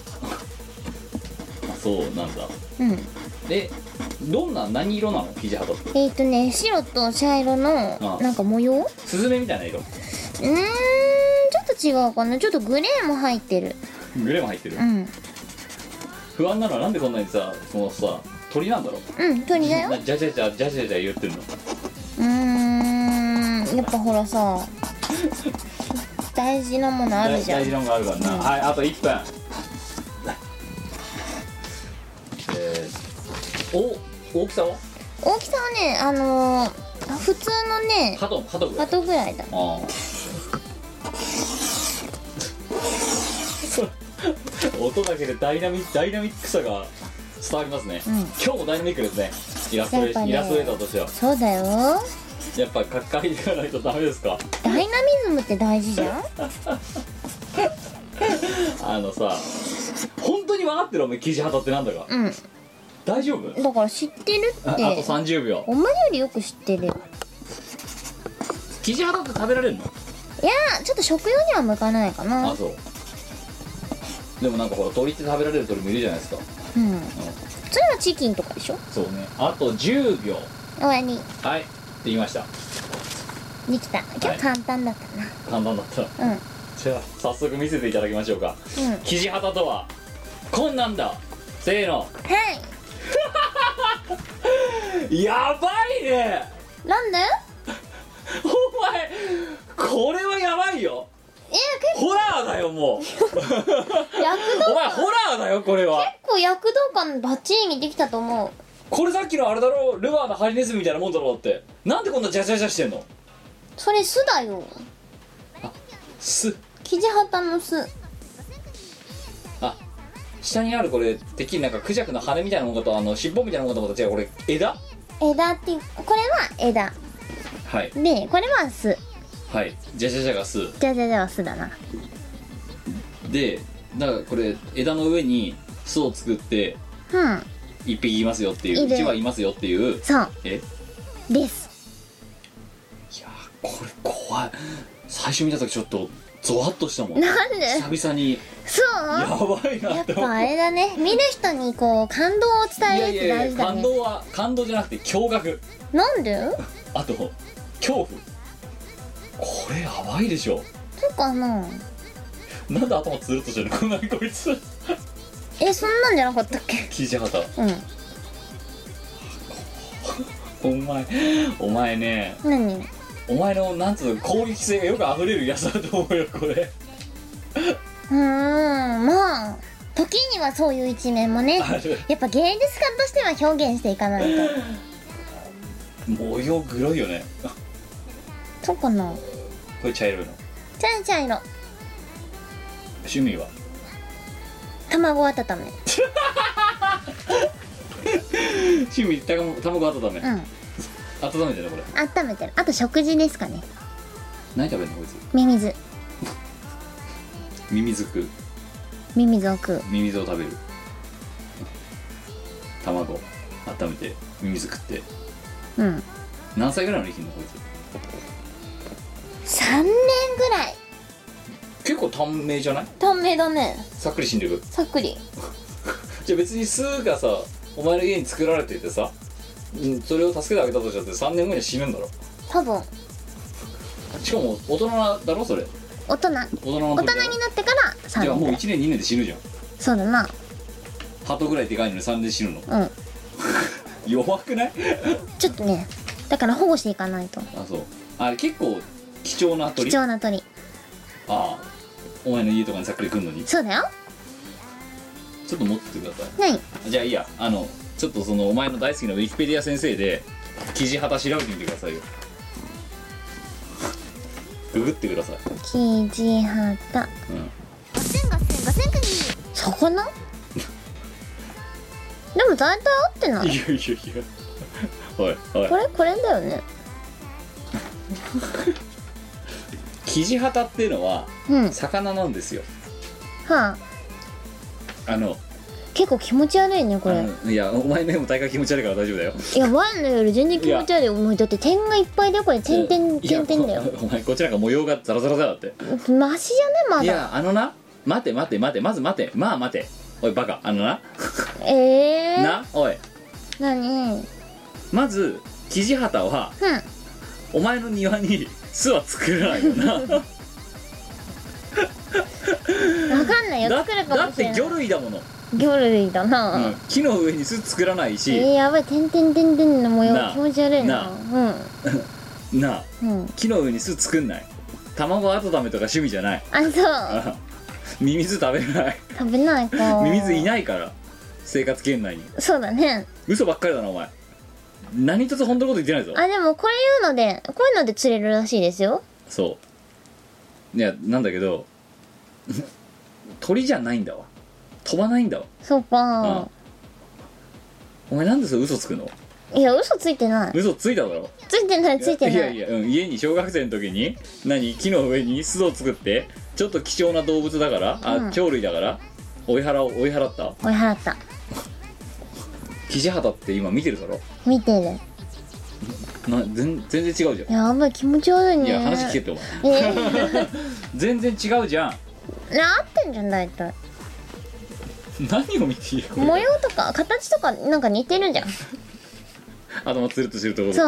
そうなんだ。 うんで何色なの生地旗って？ 白と茶色のなんか模様？ スズメみたいな色？ ちょっと違うかな。ちょっとグレーも入ってる。 グレーも入ってる？ うん。 不安なのはなんでこんなにさ、そのさ鳥なんだろう？ うん、鳥だよ。 ジャジャジャジャジャジャ言ってるの？ っぱほらさ大事なものあるじゃん。 大事なのがあるからな、はい、あと1分。大きさは大きさはね普通のね鳩ぐらい。 鳩ぐらいだ。 ああ音だけでダイナミックさが伝わりますね、今日もダイナミックですね。イラストレーターとしてはそうだよ。 やっぱかっかりいかないとダメですか。 ダイナミズムって大事じゃん。 さ本当に分かってるお前、キジハタってなんだか。大丈夫？ だから知ってるって。 あと30秒。 お前よりよく知ってるよ。 キジハタって食べられるの？ いやちょっと食用には向かないかな。 あ、そう。でもなんかほら鳥って食べられる鳥もいるじゃないですか。 それはチキンとかでしょ。 そうね。あと10秒。 終わり。 はい、できました。 できた。今日簡単だったな。 簡単だった。じゃあ早速見せていただきましょうか。キジハタとはこんなんだ。せーの。 はい。 やばいね。 なんで？ お前これはやばいよ。 結ホラーだよもう。 躍動お前ホラーだよこれは。 結構躍動感バッチリにできたと思う。 これさっきのあれだろ、ルアーのハリネズミみたいなもんだろうって。なんでこんなジャジャジャしてんの？ それ巣だよ。 巣。 キジハタの巣。 あ、下にあるこれてっきりなんかクジャクの羽みたいなもんかと尻尾みたいなもんかと思ったら違う、これ枝？ 枝っていう、これは枝はいで、これは巣。 はい、ジャジャジャが巣じゃじゃじゃは巣だな。 で、だからこれ枝の上に巣を作って一匹いますよっていう、 いる 1羽いますよっていう。 そうです。いやーこれ怖い。最初見た時ちょっとゾワッとしたもん。 なんで？ 久々に。 そうやばいなやっって思って。 ぱあれだね、見る人にこう感動を伝えるって大事だね。 感動じゃなくて驚愕。 なんで？ あと恐怖。これやばいでしょ。 そうかな。 なんで頭つるっとしてるのこんなにこいつ。 そんなんじゃなかったっけ？ キジハタ。お前ね。 何？ お前のなんつう攻撃性がよく溢れるやつだと思うよこれ。 まあ時にはそういう一面もね、やっぱ芸術家としては表現していかないと。 模様グロいよね。 そうかな。 これ茶色いの。 茶色。 趣味は卵温め。 趣味卵温め。温めてるこれ。 温めてる。あと食事ですかね。 何食べるのこいつ。 ミミズ。 ミミズ食う。 ミミズを食う。 ミミズを食べる。卵温めてミミズ食って。何歳ぐらいの生きんのこいつ。 3年ぐらい。 結構短命じゃない？ 短命だね。 さっくり死んでる。 さっくり。 じゃあ別に巣がさお前の家に作られててさ、それを助けてあげたとしたって3年後には死ぬんだろ多分。 しかも大人だろそれ。 大人になってから3年。 じゃあもう1年2年で死ぬじゃん。 そうだな。 鳩ぐらいでかいのに3年で死ぬの。弱くない？ ちょっとね、だから保護していかないと。 あ、そう。あれ結構貴重な鳥。 貴重な鳥。 ああ、お前の家とかにさっくり来んのに。 そうだよ。 ちょっと持っててください。 何？ じゃあいいや、ちょっとそのお前の大好きなウィキペディア先生でキジハタ調べてみてくださいよ。ググってください。 キジハタ。ガセンガセンガセンクニー。そこな？でも大体合ってない。 いやおいこれだよね。 キジハタっていうのは魚なんですよ。 はあ。結構気持ち悪いねこれ。 いやお前の絵も大会気持ち悪いから大丈夫だよ。 いやワンのより全然気持ち悪い。もうだって点がいっぱいだよこれ。点々だよ。 お前こっちなんか模様がザラザラだよって。 マシじゃねまだ。 いや待てまず待て。まあ待て。おいバカなおい何？ まずキジハタはお前の庭に巣は作らないよな。 わかんないよ。作るかもしれない。 だって魚類だもの。 魚類だな。 木の上に巣作らないし。 やばい点々の模様気持ち悪いな。 なあ、 うん木の上に巣作んない。卵温めとか趣味じゃない。 あ、そうミミズ食べない。 食べないか。 ミミズいないから生活圏内に。 そうだね。 嘘ばっかりだなお前。何一つ本当のこと言ってないぞ。 あ、でもこれ言うので、こういうので釣れるらしいですよ。 そういやなんだけど鳥じゃないんだわ。飛ばないんだわ。 そうか。 お前なんでそれ嘘つくの。 いや、嘘ついてない。 嘘ついただろ。 ついてない、ついてない。 いやいや、家に小学生の時に木の上に巣を作ってちょっと貴重な動物だから、鳥類だから追い払った。 追い払った。 キジハタって今見てるだろ。 見てる。 全然違うじゃん。 いや、あんまり気持ち悪いね。 いや話聞けってお前全然違うじゃん。 合ってんじゃん、大体。 何を見ていい模様とか形とかなんか似てるじゃん。 頭つるっとしてるところ。 そう。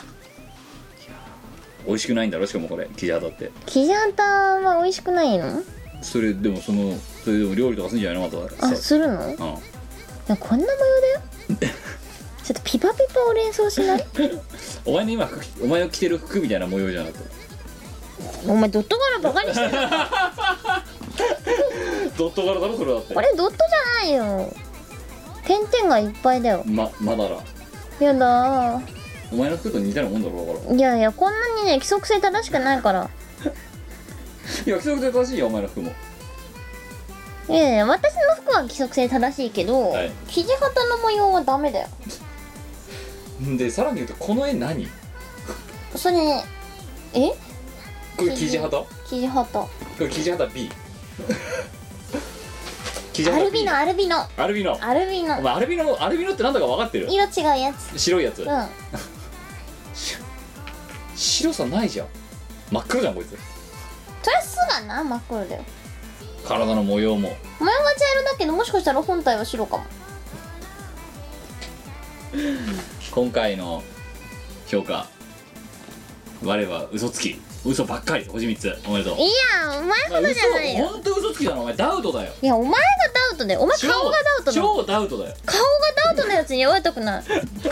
美味しくないんだろ。しかもこれキジハタってキジハタは美味しくないの？ それでも料理とかするんじゃないの。またあ、するの？いや、こんな模様だよちょっとピパピパを連想しない？ お前の今お前の着てる服みたいな模様じゃなくて。 お前ドット柄バカにしてるドット柄だろそれだって。 これドットじゃないよ。点々がいっぱいだよ。 まだら。 やだお前の服と似たようなもんだろ。だからいやいや、こんなにね規則性正しくないから。 いや規則性正しいよお前の服も。 いやいや、私の服は規則性正しいけど、 はい、 生地旗の模様はダメだよ。 でさらに言うとこの絵何？ それこれ生地旗？ 生地旗。 これ生地旗 B アルビノ、アルビノ、 アルビノ。 アルビノ。 お前アルビノってなんだか分かってる？ 色違うやつ。 白いやつ。 うん。 白さないじゃん。真っ黒じゃんこいつ。 それは巣がな真っ黒だよ。 体の模様も。 模様が茶色だけど、もしかしたら本体は白かも。 今回の評価、我は嘘つき。嘘ばっかり。星3つおめでとう。 いや、お前ほどじゃないよ。 ほんと嘘つきだなお前。ダウトだよ。 いや、お前がダウトだよ。お前顔がダウトだよ。 超ダウトだよ。 顔がダウトのやつに弱いとくない。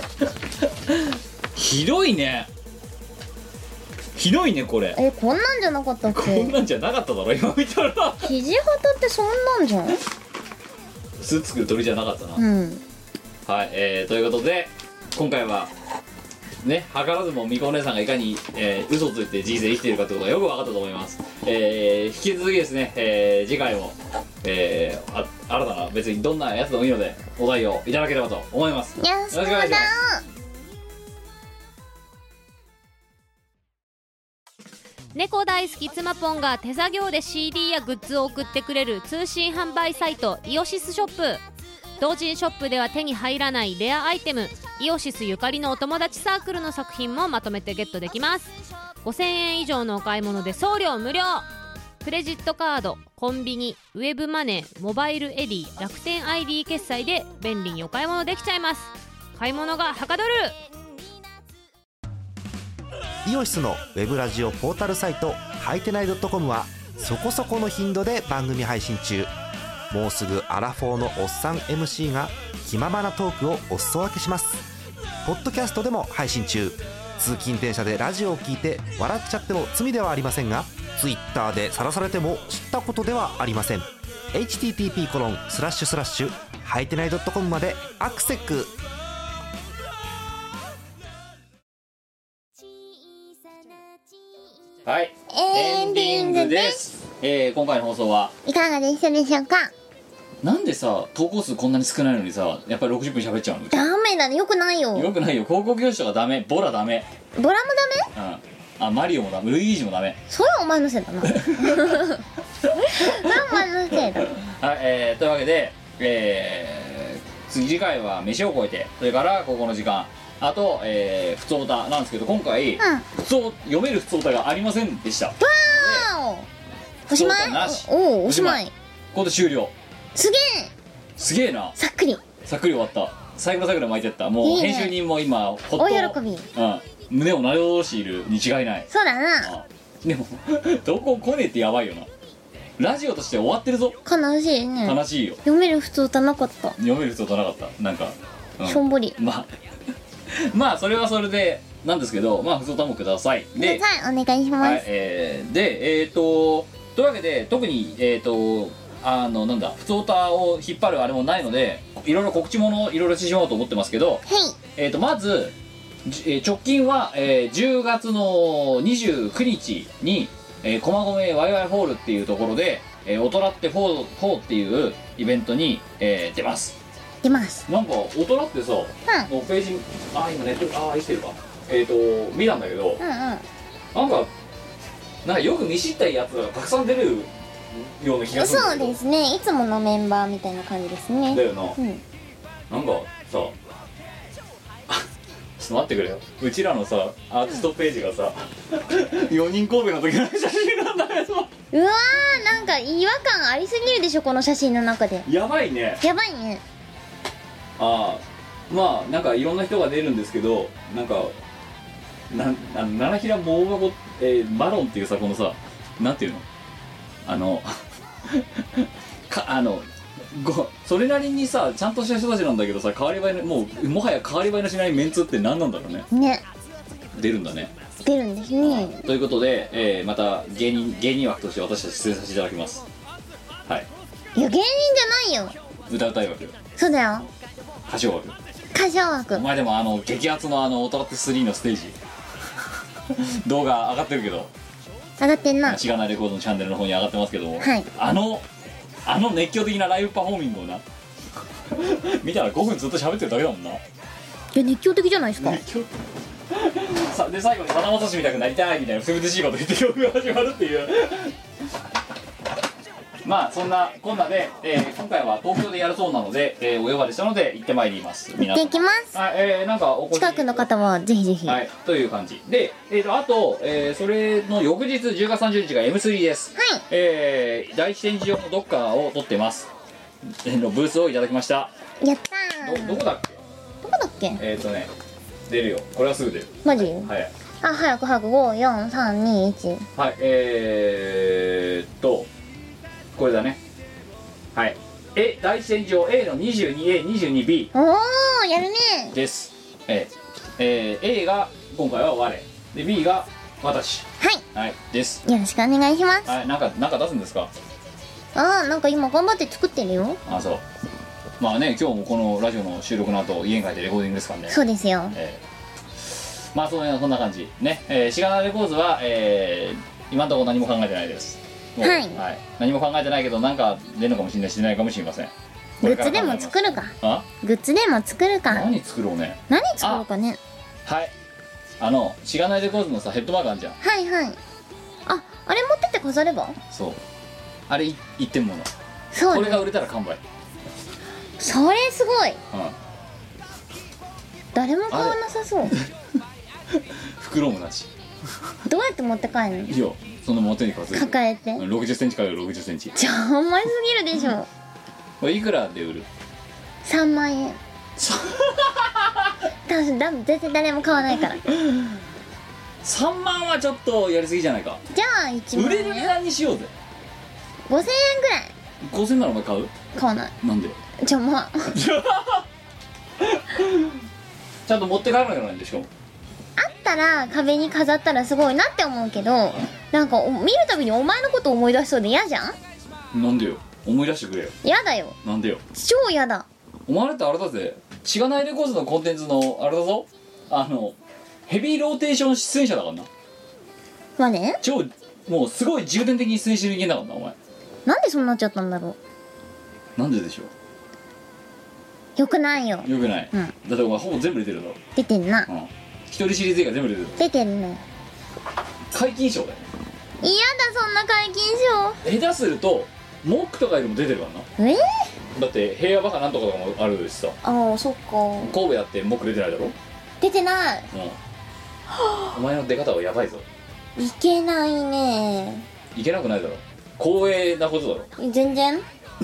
ひどいね。ひどいねこれ。 こんなんじゃなかったっけ？ こんなんじゃなかっただろ今見たら。 生地旗ってそんなんじゃん。 巣作る鳥じゃなかったな。 うん。 はい、ということで今回はね、図らずもみこお姉さんがいかに、嘘をついて人生生きているかということがよく分かったと思います。引き続きですね、次回も、新たな別にどんなやつでもいいのでお題をいただければと思います。 よろしくお願いします。 猫大好き妻ポンが手作業で CD やグッズを送ってくれる通信販売サイトイオシスショップ。同人ショップでは手に入らないレアアイテム、イオシスゆかりのお友達サークルの作品もまとめてゲットできます。5000円以上のお買い物で送料無料。クレジットカード、コンビニ、ウェブマネー、モバイルエディ、楽天 ID 決済で便利にお買い物できちゃいます。買い物がはかどる。 イオシスのウェブラジオポータルサイトはいてない .com はそこそこの頻度で番組配信中。もうすぐアラフォーのおっさん MC が気ままなトークをお裾分けします。ポッドキャストでも配信中。通勤電車でラジオを聞いて笑っちゃっても罪ではありませんが、 Twitter で晒されても知ったことではありません。 http:// はいてない .com までアクセック。 はい、エンディングです。今回の放送はいかがでしたでしょうか？ なんでさ投稿数こんなに少ないのにさやっぱり60分喋っちゃうの？ ダメだね、よくないよ。 よくないよ。広告教師とかダメ、ボラダメ、 ボラもダメ？ あ、マリオもダメ、ルイージもダメ。 それはお前のせいだな。それはお前のせいだ。 はい、というわけで、次回は飯を超えて、それからここの時間、あと、ふつおたなんですけど、今回、読めるふつおたがありませんでした。 おしまい？おお、おしまい。 ここで終了。 すげえ。 すげえな。 さっくり終わった。最後の最後で巻いてった。もういいね。 編集人も今ほっと大喜び。 胸をなで下ろしているに違いない。 そうだな。 でもどこ来ねえってやばいよな。ラジオとして終わってるぞ。 悲しいね。 悲しいよ。 読める普通歌なかった。 読める普通歌なかった。なんか、 しょんぼり。 まあそれはそれでなんですけど、まあ普通歌もください。で、 はい、お願いします。 はい、でというわけで特になんだ普通歌を引っ張るあれもないので、いろいろ告知ものいろいろしてしまおうと思ってますけど、まず直近は、10月の29日に、駒込ワイワイホールっていうところで、おとらって4っていうイベントに、出ます。なんかおとらってさ、もうページ今ネット生きてるか、見たんだけど、なんかよく見知ったやつがたくさん出るような気がする。 そうですね、いつものメンバーみたいな感じですね。 だよな、なんかさ、ちょっと待ってくれよ、うちらのさアーティストページがさ4人神戸の時の写真なんだけど、 うわー、なんか違和感ありすぎるでしょ、この写真の中で。 やばいね。 やばいね。 まあなんかいろんな人が出るんですけど、なんか七平盲学マロンっていうさ、このさ、なんていうのそれなりにさちゃんとした人たちなんだけどさ、もはや変わり映えのしないメンツって何なんだろうね。出るんだね。 出るんですね。 ということで、また芸人枠として私たち出演させていただきます。はい。 いや、芸人じゃないよ。 歌い枠。 そうだよ。 歌唱枠。 歌唱枠。 お前でも激アツのオトラッテ3のステージ動画上がってるけど、 上がってんな。 しがないレコードのチャンネルの方に上がってますけども、 はい、 あの熱狂的なライブパフォーミングをな見たら5分ずっと喋ってるだけだもんな。いや、熱狂的じゃないですか。 熱狂で最後にさだまさしみたくなりたいみたいなふてぶてしいこと言って曲が始まるっていうまあそんなこんなで、今回は東京でやるそうなので、お呼ばれしたので行ってまいります。 行ってきます。 なんかお越し近くの方はぜひぜひ。 はい、という感じで、あと、それの翌日10月30日が M3 です。 はい。 第一展示場のどっかを撮ってます。のブースをいただきました。 やったー。 どこだっけ？ どこだっけ？ 出るよ。これはすぐ出る。 マジ？ はい。 早く5、4、3、2、1。 はい、これだね。はい。第一展示場 A の 22A、22B。 おー、やるね。 です。A が今回は我で B が私。はい。です。 よろしくお願いします。 はい。なんか出すんですか？ なんか今頑張って作ってるよ。 そう。まあね、今日もこのラジオの収録の後家に帰ってレコーディングですからね。 そうですよ。 まあそんな感じね。しがないレコーズは、今のところ何も考えてないです。はい、何も考えてないけど、なんか出るのかもしれないし出ないかもしれません。 グッズでも作るか。グッズでも作るか。 何作ろうね。 何作ろうかね。 はい。しがないレコーズのさヘッドマークあんじゃん。 はいはい。あれ持ってって飾れば。 そう。あれ一点物。 そうね。 これが売れたら完売。 それすごい。誰も買わなさそう。 袋もなし。 どうやって持って帰るの？ いや、その表に抱えて。 60センチから60センチ。 重いすぎるでしょ。 これいくらで売る ？3万円。多分絶対誰も買わないから。 3万はちょっとやりすぎじゃないか。 じゃあ1万円。 売れる値段にしようぜ。 5000円ぐらい。 5000ならお前買う？ 買わない。 なんで？ まあちゃんと持って帰らなきゃいけないんでしょ。 あったら壁に飾ったらすごいなって思うけど、なんか見るたびにお前のこと思い出しそうで嫌じゃん。 なんでよ。思い出してくれよ。 嫌だよ。 なんでよ。 超嫌だ。 お前らってあれだぜ、しがないレコーズのコンテンツのあれだぞ、ヘビーローテーション出演者だからな。 まあね、 もうすごい重点的に出演してる人間だからなお前。 なんでそうなっちゃったんだろう。なんででしょう。よくないよ。 よくない、だってお前ほぼ全部出てるだろ。 出てんな、 一人シリーズ映画全部出てる。 出てるね。 解禁賞だよ。 嫌だ、そんな解禁賞。 下手するとモックとかよりも出てるからな。だって平和バカなんとかとかもあるしさ。 そっか。 神戸やってモック出てないだろ。 出てない。 お前の出方はやばいぞ。 いけないね。 いけなくないだろ。光栄なことだろ。 全然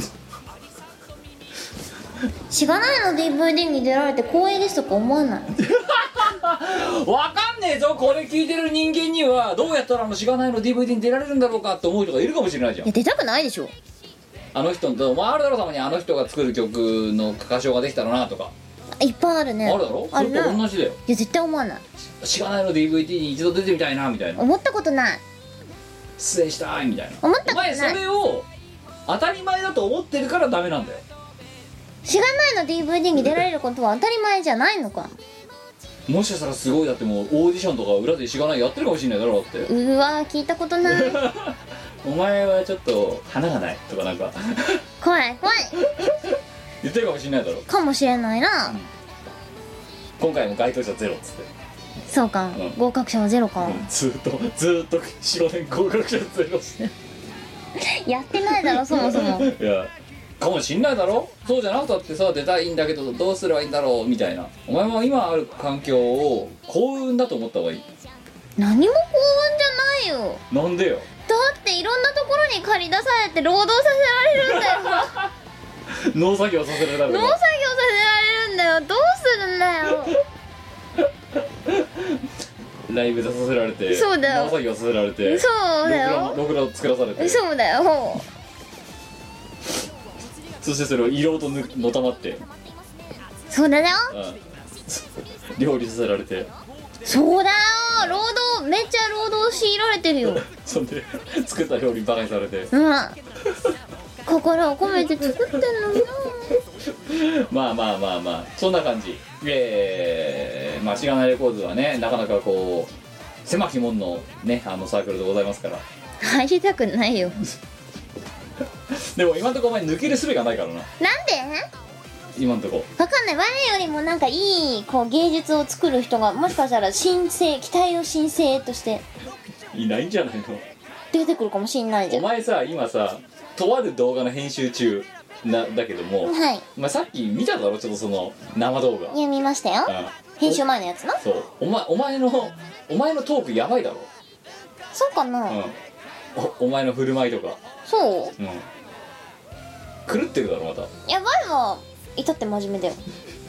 しがないの DVD に出られて光栄ですとか思わない。 わかんねえぞ。これ聞いてる人間にはどうやったらしがないの DVD に出られるんだろうかって思う人がいるかもしれないじゃん。 出たくないでしょ。 あの人お前あるだろ、たまにあの人が作る曲の歌唱ができたらなとか。 いっぱいあるね。 あるだろ。それあるな。いと同じだよ。 や絶対思わない。 しがないの DVD に一度出てみたいなみたいな、 思ったことない。 出演したいみたいな。 思ったことないお前それを当たり前だと思ってるからダメなんだよ。 しがないの DVD に出られることは当たり前じゃないのか。 もしかしたらすごい、だってもうオーディションとか裏でしがないやってるかもしれないだろうってうわー聞いたことない。 お前はちょっと花がないとかなんか怖い怖い言ってるかもしれないだろう。 かもしれないな。 今回も該当者ゼロっつって、 そうか、 ん合格者はゼロか。 ずーっと少年合格者ゼロしてやってないだろそもそも。 いやかもしんないだろ。そうじゃなくたってさ、出たいんだけどどうすればいいんだろうみたいな。お前も今ある環境を幸運だと思った方がいい。 何も幸運じゃないよ。 なんでよ。 だっていろんなところに借り出されて労働させられるんだよ。 農作業させられた農作業させられるんだよ。どうするんだよ。 ライブ出させられて、 そうだよ農作業させられて、 そうだよ。 ろくろ作らされて、 そうだよ。 そしてそれを色とのたまって、 そうだよ。 料理させられて、 そうだよ。労働めっちゃ労働強いられてるよ。 そんで作った料理バカにされて、 うん心を込めて作ってんのにな。 まあそんな感じ。まあしがないレコードはね、なかなかこう狭き門のねサークルでございますから。 入りたくないよ。 でも今んとこお前抜ける術がないからな。 なんで今んとこわかんない。我よりもなんかいいこう芸術を作る人がもしかしたら新星期待の新星としていないんじゃないの。 出てくるかもしんないじゃん。 お前さ今さとある動画の編集中だけども、 はい。 お前さっき見ただろ、ちょっとその生動画。 いや見ましたよ。編集前のやつな。 そうお前のトークやばいだろ。 そうかな、 お前の振る舞いとかそう狂ってるだろまた。 やばいわ。至って真面目だよ。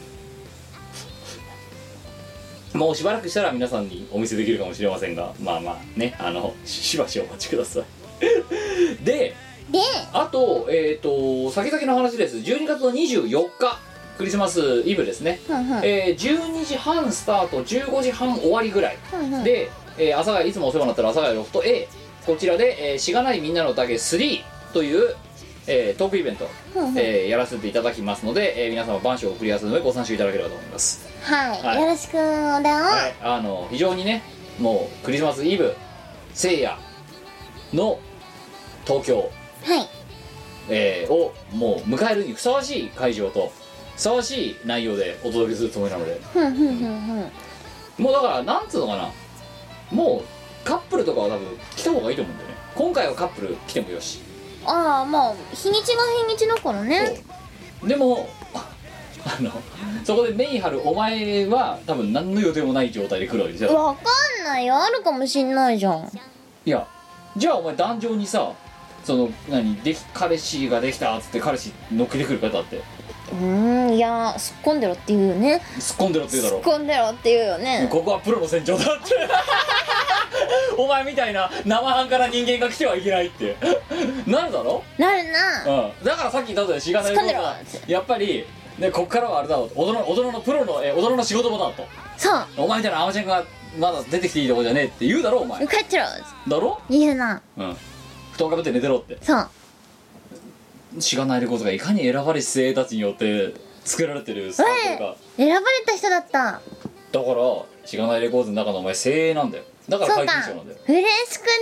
もうしばらくしたら皆さんにお見せできるかもしれませんが、まあねしばしお待ちください。であと先々の話です。12月の24日クリスマスイブですね。12時半スタート、15時半終わりぐらいで、阿佐ヶ谷いつもお世話になってる阿佐ヶ谷ロフト A、 こちらで、しがないみんなの宴3というトークイベント、やらせていただきますので、皆様番書を送り合わせの上ご参照いただければと思います。 はい、よろしくおだよ。非常にね、もうクリスマスイブ聖夜の東京、をもう迎えるにふさわしい会場とふさわしい内容でお届けするつもりなので、もうだからなんつうのかな、もうカップルとかは多分来た方がいいと思うんだよね。今回はカップル来てもよし。 ああ、まあ日にちが日にちだからね。 でもそこでメイン張るお前は多分何の予定もない状態で来るわけですよ。 わかんないよ、あるかもしんないじゃん。 いや、じゃあお前壇上にさ、その彼氏ができたっつって彼氏乗っけてくる方って、 いや、すっこんでろって言うよね。 すっこんでろって言うだろ。 すっこんでろって言うよね。 ここはプロの戦場だってお前みたいな生半可な人間が来てはいけないってなるだろ。 なるな。 だからさっき言ったしがないことはやっぱりね、こっからはあれだろ、大人のプロの大人の仕事場だと。 そう、 お前みたいなアマちゃんがまだ出てきていいとこじゃねえって言うだろお前。 帰ってろだろ。 言うな。 布団かぶって寝てろって。 そう、 しがないレコードがいかに選ばれし精鋭たちによって作られてるサークルが、 選ばれた人だった。 だからしがないレコードの中のお前精鋭なんだよ。だから皆勤賞なんだよ。 嬉しくね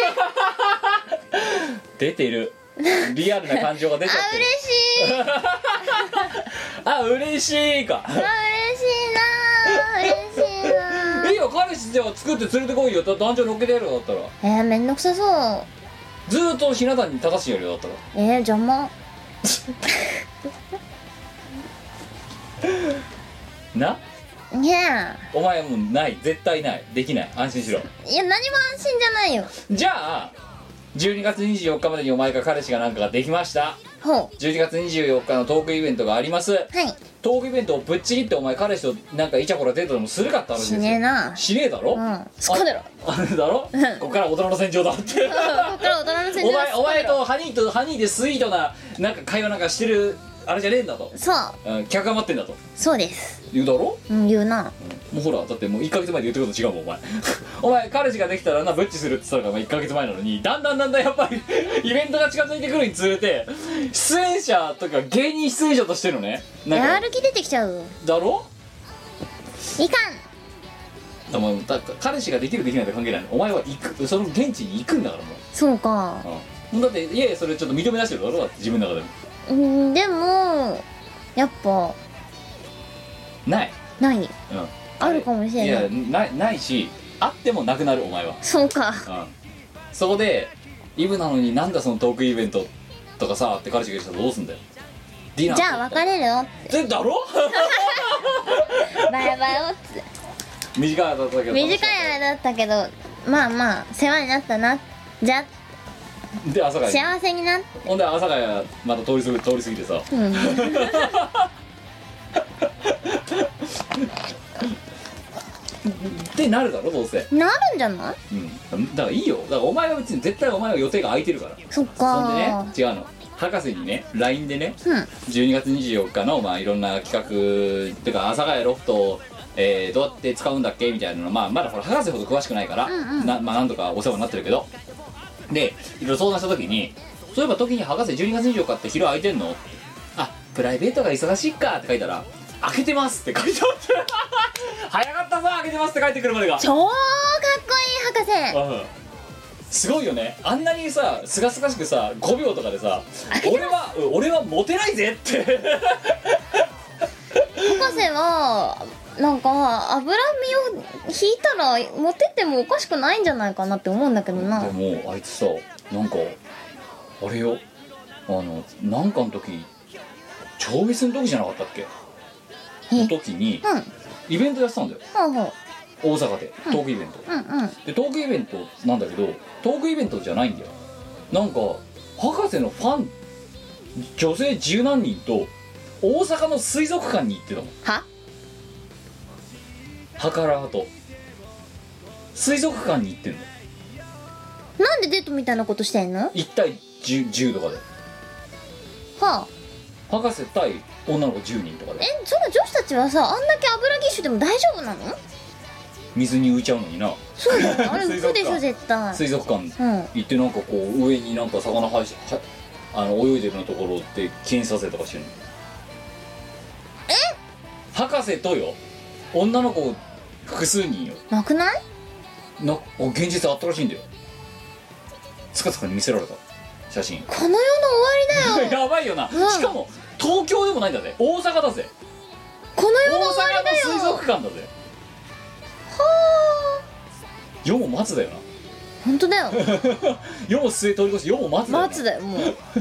出てるリアルな感情が出ちゃってる。あ、嬉しいか。 嬉しいな。 いいよ、彼氏じゃ作って連れてこいよ。男女乗っけてやるよ、だったら。 めんどくさそう。 ずーっとひな壇に立たしてやるよ、だったら。 邪魔な、 いや、 お前もうない、絶対ない、できない、安心しろ。 いや、何も安心じゃないよ。 じゃあ12月24日までにお前が彼氏がなんかができました。12月24日のトークイベントがあります。トークイベントをぶっちぎってお前彼氏となんかイチャコラデートでもするかって話ですよ。 しねえな。 しねえだろ。 すっこんでろ。 あれだろ、こっから大人の戦場だってこっから大人の戦場だ。 お前とハニーでスイートななんか会話なんかしてるあれじゃねえんだと、 そう客が待ってんだとそうです。 言うだろ。 うん言うな。 もうほらだってもう1ヶ月前で言ってること違うもんお前お前彼氏ができたらなブッチするって言ったのが1ヶ月前なのに、だんだんやっぱりイベントが近づいてくるにつれて出演者とか芸人出演者としてのねなんかやる気出てきちゃう。 だろ。 いかん。 もう彼氏ができるできないって関係ないの。お前は行く、その現地に行くんだからもそうか。 う、だっていやいやそれちょっと認め出してるだろだって自分の中でもでもやっぱない、 ない。 うん、 あるかもしれない。 いやないし、あってもなくなるお前は、 そうか。 そこでイブなのになんだそのトークイベントとかさって彼氏が言ったらどうすんだよ。ディナーじゃあ別れるよってだろバイバイよって短い間だったけど短い間だったけどまあまあ世話になったな。じゃで朝が幸せになっほんで朝がまた通り過ぎてさうんってなるだろどうせ。 なるんじゃない。 だからいいよ。だからお前は別に絶対お前は予定が空いてるから。 そっそんでねか違うの。博士にね LINE でねうん 12月24日のまあいろんな企画ってか阿佐ヶ谷ロフトをどうやって使うんだっけみたいなのまあまだほら博士ほど詳しくないから、まあなんとかお世話になってるけど、でいろいろ相談した時にそういえば時に博士12月24日って昼空いてんの？あプライベートが忙しいかって書いたら開けてますって書いてあって早かったぞ開けてますって書いてくるまでが超かっこいい博士。 すごいよね。あんなにさすがすがしくさ5秒とかでさ俺はモテないぜって博士はなんか脂身を引いたらモテてもおかしくないんじゃないかなって思うんだけどな。 でもあいつさなんかあれよなんかの時超別の時じゃなかったっけの時にイベントやってたんだよほうほう。 大阪でトークイベント、でトークイベントなんだけどトークイベントじゃないんだよ。なんか博士のファン女性十何人と大阪の水族館に行ってたの。 ははからと水族館に行ってんの。 なんでデートみたいなことしてんの。は 1対 10とかであ。 博士対女の子10人とかでその女子たちはさあんだけ油ぎっしゅでも大丈夫なの。 水に浮いちゃうのにな。 そうだよあれ水族館浮くでしょ絶対。 水族館行ってなんかこう上になんか魚泳いでるのところって検査せとかしてるの。博士とよ女の子複数人よなくない。 現実あったらしいんだよ。つかつかに見せられた写真この世の終わりだよやばいよな、 んしかも東京でもないんだぜ大阪だぜ。 この世大の終わりだよ阪の水族館だぜ。世も待つだよな本当だよ世も末通り越し世も待つだよな待つだよもう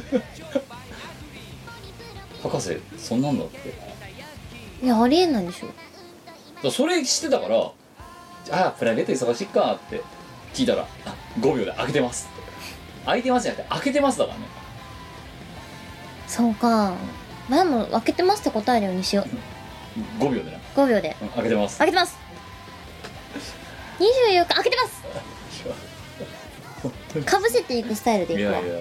博士そんなんだって。 いやありえないでしょ。 だからそれしてたからプライベート忙しいかって聞いたら5秒で開けてますって開いてますじゃなくて開けてますだからね。 そうか前も開けてますって答えるようにしよう。 5秒でな、 5秒で開けてます開けてます24日開けてますかぶせていくスタイルでいくわ。 いやいや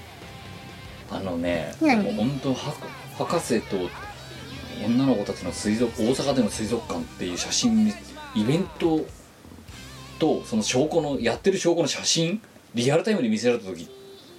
何でも本当博士と女の子たちの大阪での水族館っていう写真イベントとその証拠のやってる証拠の写真リアルタイムで見せられた時いや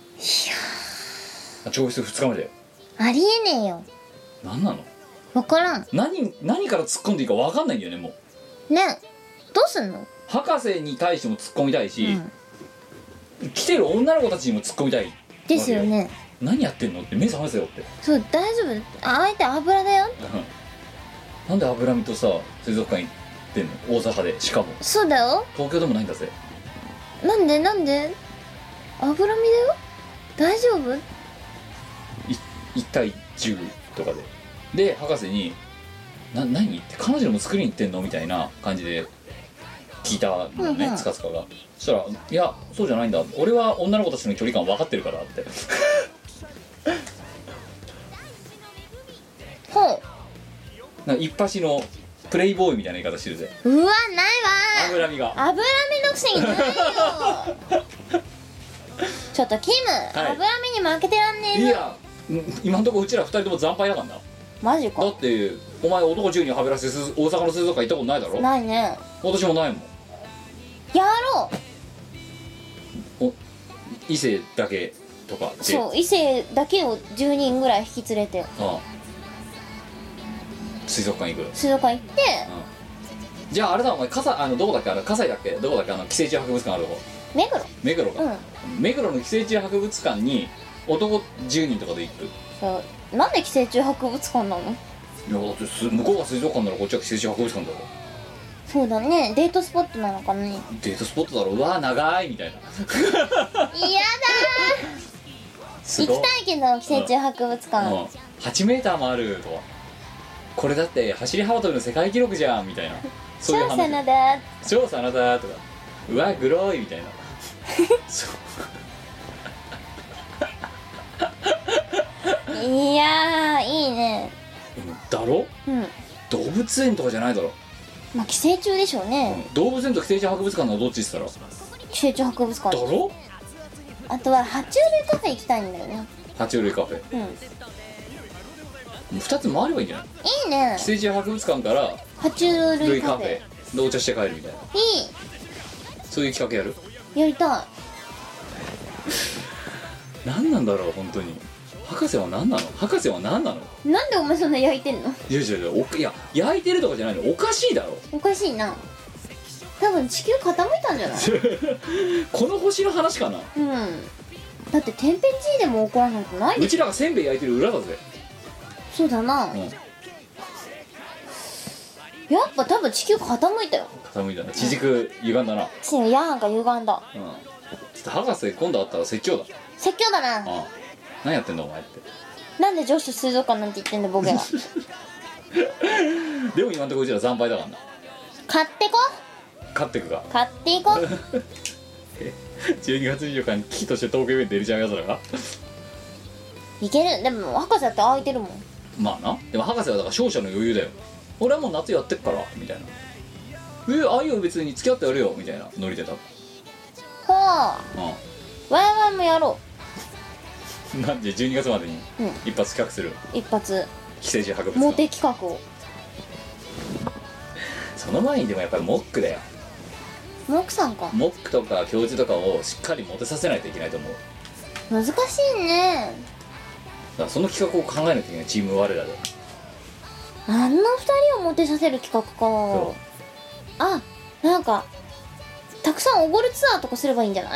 超越2日目でありえねえよ。 何なのわからん何から突っ込んでいいか分かんないんだよね。もうねどうすんの。 博士に対しても突っ込みたいし、来てる女の子たちにも突っ込みたいですよね。 何やってんのって目覚ませよってそう大丈夫相手油だよ。 なんで脂身とさ水族館行ってんの大阪で。しかもそうだよ。 東京でもないんだぜ。 なんで油身だよ大丈夫。 1対10とかで博士に何って彼女も作りに行ってんのみたいな感じで聞いたのね、つかつかが。そしたらいやそうじゃないんだ俺は女の子たちの距離感分かってるからってほうなんか一発のプレイボーイみたいな言い方してるぜ。 うわないわ脂身が脂身のくせにないよちょっとキム、 はい脂身に負けてらんねえぞ。 いや今んとこうちら2人とも惨敗だからな。 マジか。 だってお前男10人はべらせて大阪の水族館行ったことないだろ。 ないね。 私もないもん。 やろ伊勢だけとかう。そう、異性だけを10人ぐらい引き連れてああ水族館行く。 水族館行って、 じゃああれだお前どこだっけ葛西だっけどこだっけ寄生虫博物館あるとこ。 目黒。 目黒か、 うん。 目黒の寄生虫博物館に男10人とかで行く。 そう、なんで寄生虫博物館なの？ いやだって向こうが水族館ならこっちは寄生虫博物館だろ。 そうだね、デートスポットなのかね。 デートスポットだろ。うわ長いみたいな。 嫌だー。行きたいけど寄生虫博物館。 8メーターもあるとか。これだって走り幅跳びの世界記録じゃんみたいな。そういう超話。 サナだ。 超サナだとか。うわグロいみたいな。そういやー、いいね。 だろ。 うん。 動物園とかじゃないだろ。 まあ寄生虫でしょうね。 動物園と寄生虫博物館のどっちって言った寄生虫博物館。 らだろ。 あとは爬虫類カフェ行きたいんだよね。 爬虫類カフェうん。 2つ回ればいいんじゃない。 いいね。 寄生虫博物館から爬虫類類カフカフェ。 ェでお茶して帰るみたいな。 いそういう企画やる。 い。やりた何なんだろう本当に。博士は何なの。博士は何なの。 い。なんでお前そんな焼いてんの？ いやいや焼いてるとかじゃないの。おかしいだろ。 おかしいな。多分地球傾いたんじゃない？ この星の話かな。 うん。だって天変地異でも起こらないとないでしょ。 うちらがせんべい焼いてる裏だぜ。 そうだな。 うん。 やっぱ多分地球傾いたよ。 傾いたな。地軸歪んだな。 違う、やなんか歪んだ。 うん。ちょっと博士今度会ったら説教だ。 説教だな。 ああ。何やってんだお前って。 なんで女子水族館なんて言ってんだボケは。 でも今のところうちら惨敗だからな。 買ってこ。 勝ってくか。 買っていこ。 12月24日に危機として東京イベント入れちゃうやつらが。 いける。でも博士だって空いてるもん。 まあな。でも博士はだから勝者の余裕だよ。俺はもう夏やってっからみたいな。あいよ別に付き合ってやるよみたいなノリでた。 ほう。ワイワイもやろなんで12月までにう。うん。 一発企画する一発寄生虫博物モ館。 テ企画を。 その前にでもやっぱりモックだよ。 モクさんか。 モックとか教授とかをしっかりモテさせないといけないと思う。 難しいね。 だからその企画を考えないといけない。チーム我らで。 あんな二人をモテさせる企画そか。あ、なんかたくさんおごるツアーとかすればいいんじゃない？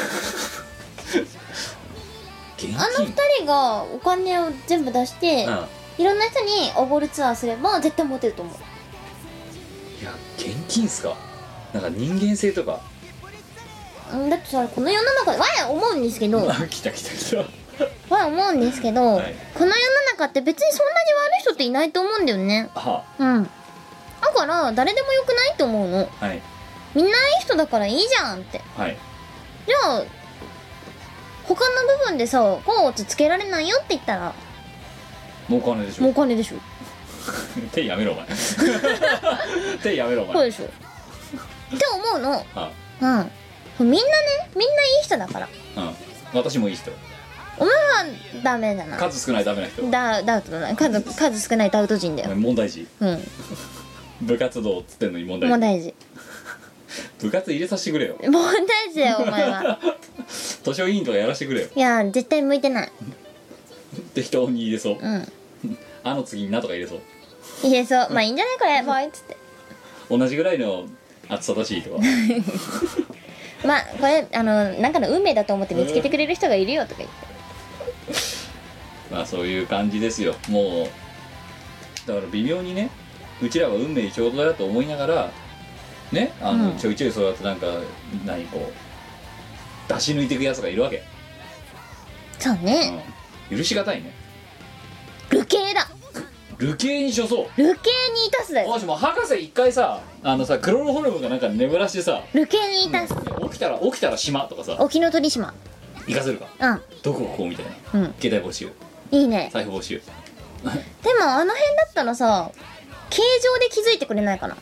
現あの二人がお金を全部出して、いろんな人におごるツアーすれば絶対モテると思う。 いや現金っすか。なんか人間性とか。 だってさ、この世の中でわや思うんですけどわ来た来た来た。 や思うんですけど、 はいこの世の中って別にそんなに悪い人っていないと思うんだよね。 はうん。だから誰でもよくないと思うの。 はいみんないい人だからいいじゃんって。 はい。 じゃあ他の部分でさこうつつけられないよって言ったらもうお金でしょ。 もうお金でしょ。 手やめろお前。手やめろお前。 そうでしょって思うの。 はうん。みんなね、みんないい人だから。 うん私もいい人。 お前はダメだな。 数少ないダメな人。 ダウトだな。数少ないダウト人だよ。 問題児。 うん。 部活動っつってんのに問題児。 問題児。 部活入れさせてくれよ。 問題児だよお前は。 図書委員とかやらせてくれよ。 いや絶対向いてない。 適当に入れそう。 うん。 あの次になとか入れそう。 いけそう。まあいいんじゃないこれ。バイっつって。 同じぐらいの厚さだしとか。 まあこれなんかの運命だと思って見つけてくれる人がいるよとか言って。 まあそういう感じですよ。もうだから微妙にね、うちらは運命ちょうどだと思いながらね、 うんちょいちょいそうやってなんか何こう出し抜いていくやつがいるわけ。 そうね。 許しがたいね。 流刑だ。 流刑に処そう。 流刑にいたすだよ。 もしも博士一回さクロロホルムがなんか眠らしてさ、 流刑にいたす。 起きたら島とかさ沖ノ鳥島。 行かせるか。 うん。 どこここみたいな。 うん。 携帯募集、 いいね。 財布募集。 でもあの辺だったらさ形状で気づいてくれないかな。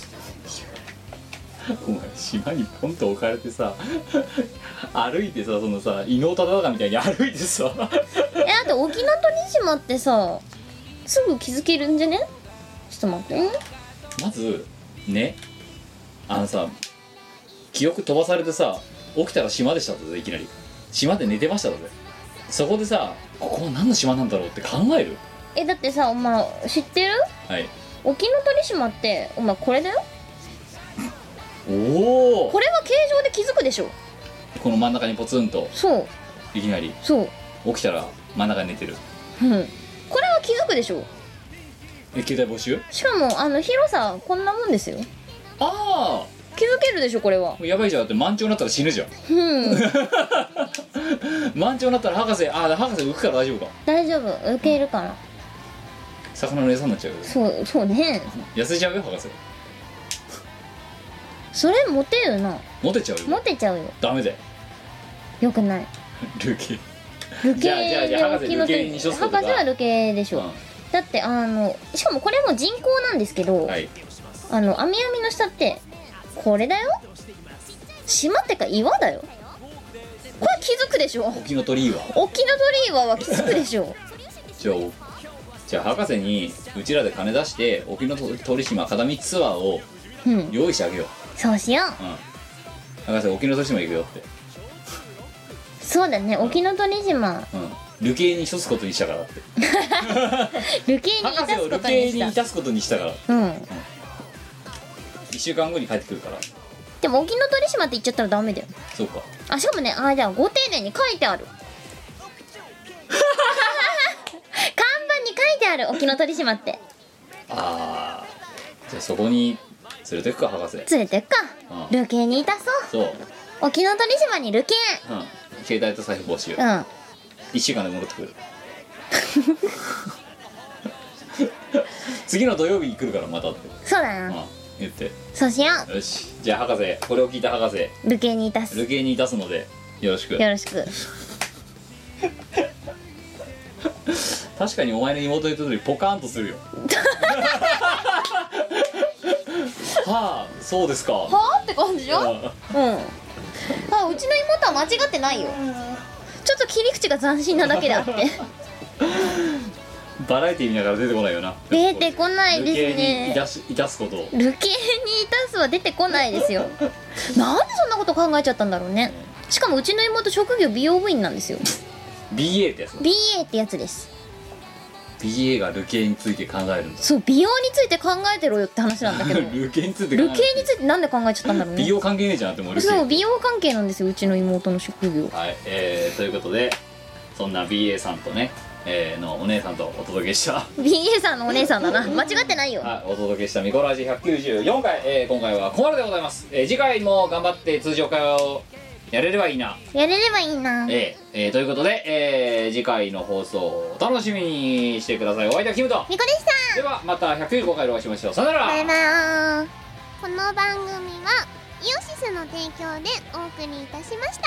お前島にポンと置かれてさ歩いてさそのさ伊能忠敬みたいに歩いてさだって沖ノ鳥島ってさすぐ気づけるんじゃね？ちょっと待って。 まずね、さ記憶飛ばされてさ、起きたら島でしたっていきなり島で寝てましたって。そこでさ、ここは何の島なんだろうって考える？ だってさ、お前知ってる？ はい。 沖ノ鳥島ってお前これだよ。 おお。 これは形状で気づくでしょ。 この真ん中にポツンと。 そう。 いきなり。 そう。 起きたら真ん中に寝てる。 うん。これは気づくでしょ。 携帯募集？ しかも広さこんなもんですよ。 ああ。 気づけるでしょこれは。 やばいじゃん、だって満潮になったら死ぬじゃん。満潮になったら博士浮くから大丈夫か？ 大丈夫、受けるから。 魚の餌になっちゃうよ。 そうね。 痩せちゃうよ博士。 それモテるな。 モテちゃうよ。 モテちゃうよ。 ダメだよ。 よくない。 ルケ。 じゃあ博士ルケにしとすことか。 博士はルケでしょ。だってしかもこれも人工なんですけど、 はい、 網網の下ってこれだよ。島ってか岩だよ。これ気づくでしょ。 沖ノ鳥岩。 沖ノ鳥岩は気づくでしょ。 じゃあ博士にうちらで金出して沖ノ鳥島片道ツアーを用意してあげよう。 そうしよう。 博士沖ノ鳥島行くよって。 そうだね、沖ノ鳥島。 流刑に処すことにしたからって。 流刑に博士を流刑に致すことにしたから。1週間後に帰ってくるから。 でも沖ノ鳥島って言っちゃったらダメだよ。 そうか。 しかもね、じゃあご丁寧に書いてある。看板に書いてある、沖ノ鳥島って。 じゃあそこに連れてくか博士。 連れてくか。流刑にいたそう。沖ノ鳥島に流刑。 携帯と財布募集。1週間で戻ってくる。次の土曜日に来るからまたって。 そうだな。 言って。 そうしよう。よし。じゃあ博士、これを聞いた博士。 流刑にいたす。 流刑にいたすのでよろしく。 よろしく。 確かにお前の妹言った通りポカーンとするよ。はあ、そうですか。 はあって感じよ。うちの妹は間違ってないよ。ちょっと切り口が斬新なだけであって。 バラエティー見ながら出てこないよな。 出てこないですね。 流刑にいたすことを。 流刑にいたすは出てこないですよ。なんでそんなこと考えちゃったんだろうね。しかもうちの妹職業美容部員なんですよ。 BA ってやつ。 BA ってやつです。 BA が流刑について考えるんだ。 そう、美容について考えてろよって話なんだけど。 流刑について流刑についてなんで考えちゃったんだろうね。 美容関係ねえじゃんって思う。 そう、美容関係なんですよ、うちの妹の職業。 はい、ということでそんな BA さんとね、のお姉さんとお届けした BA さんのお姉さんだな。間違ってないよ。 はい、お届けしたミコラジ194回、今回はここまででございます。次回も頑張って通常会をやれればいいな。 やれればいいな。 ということで、次回の放送をお楽しみにしてください。お相手はキムとみこでした。 ではまた195回でお会いしましょう。さよなら。 バイバーイ。この番組はイオシスの提供でお送りいたしました。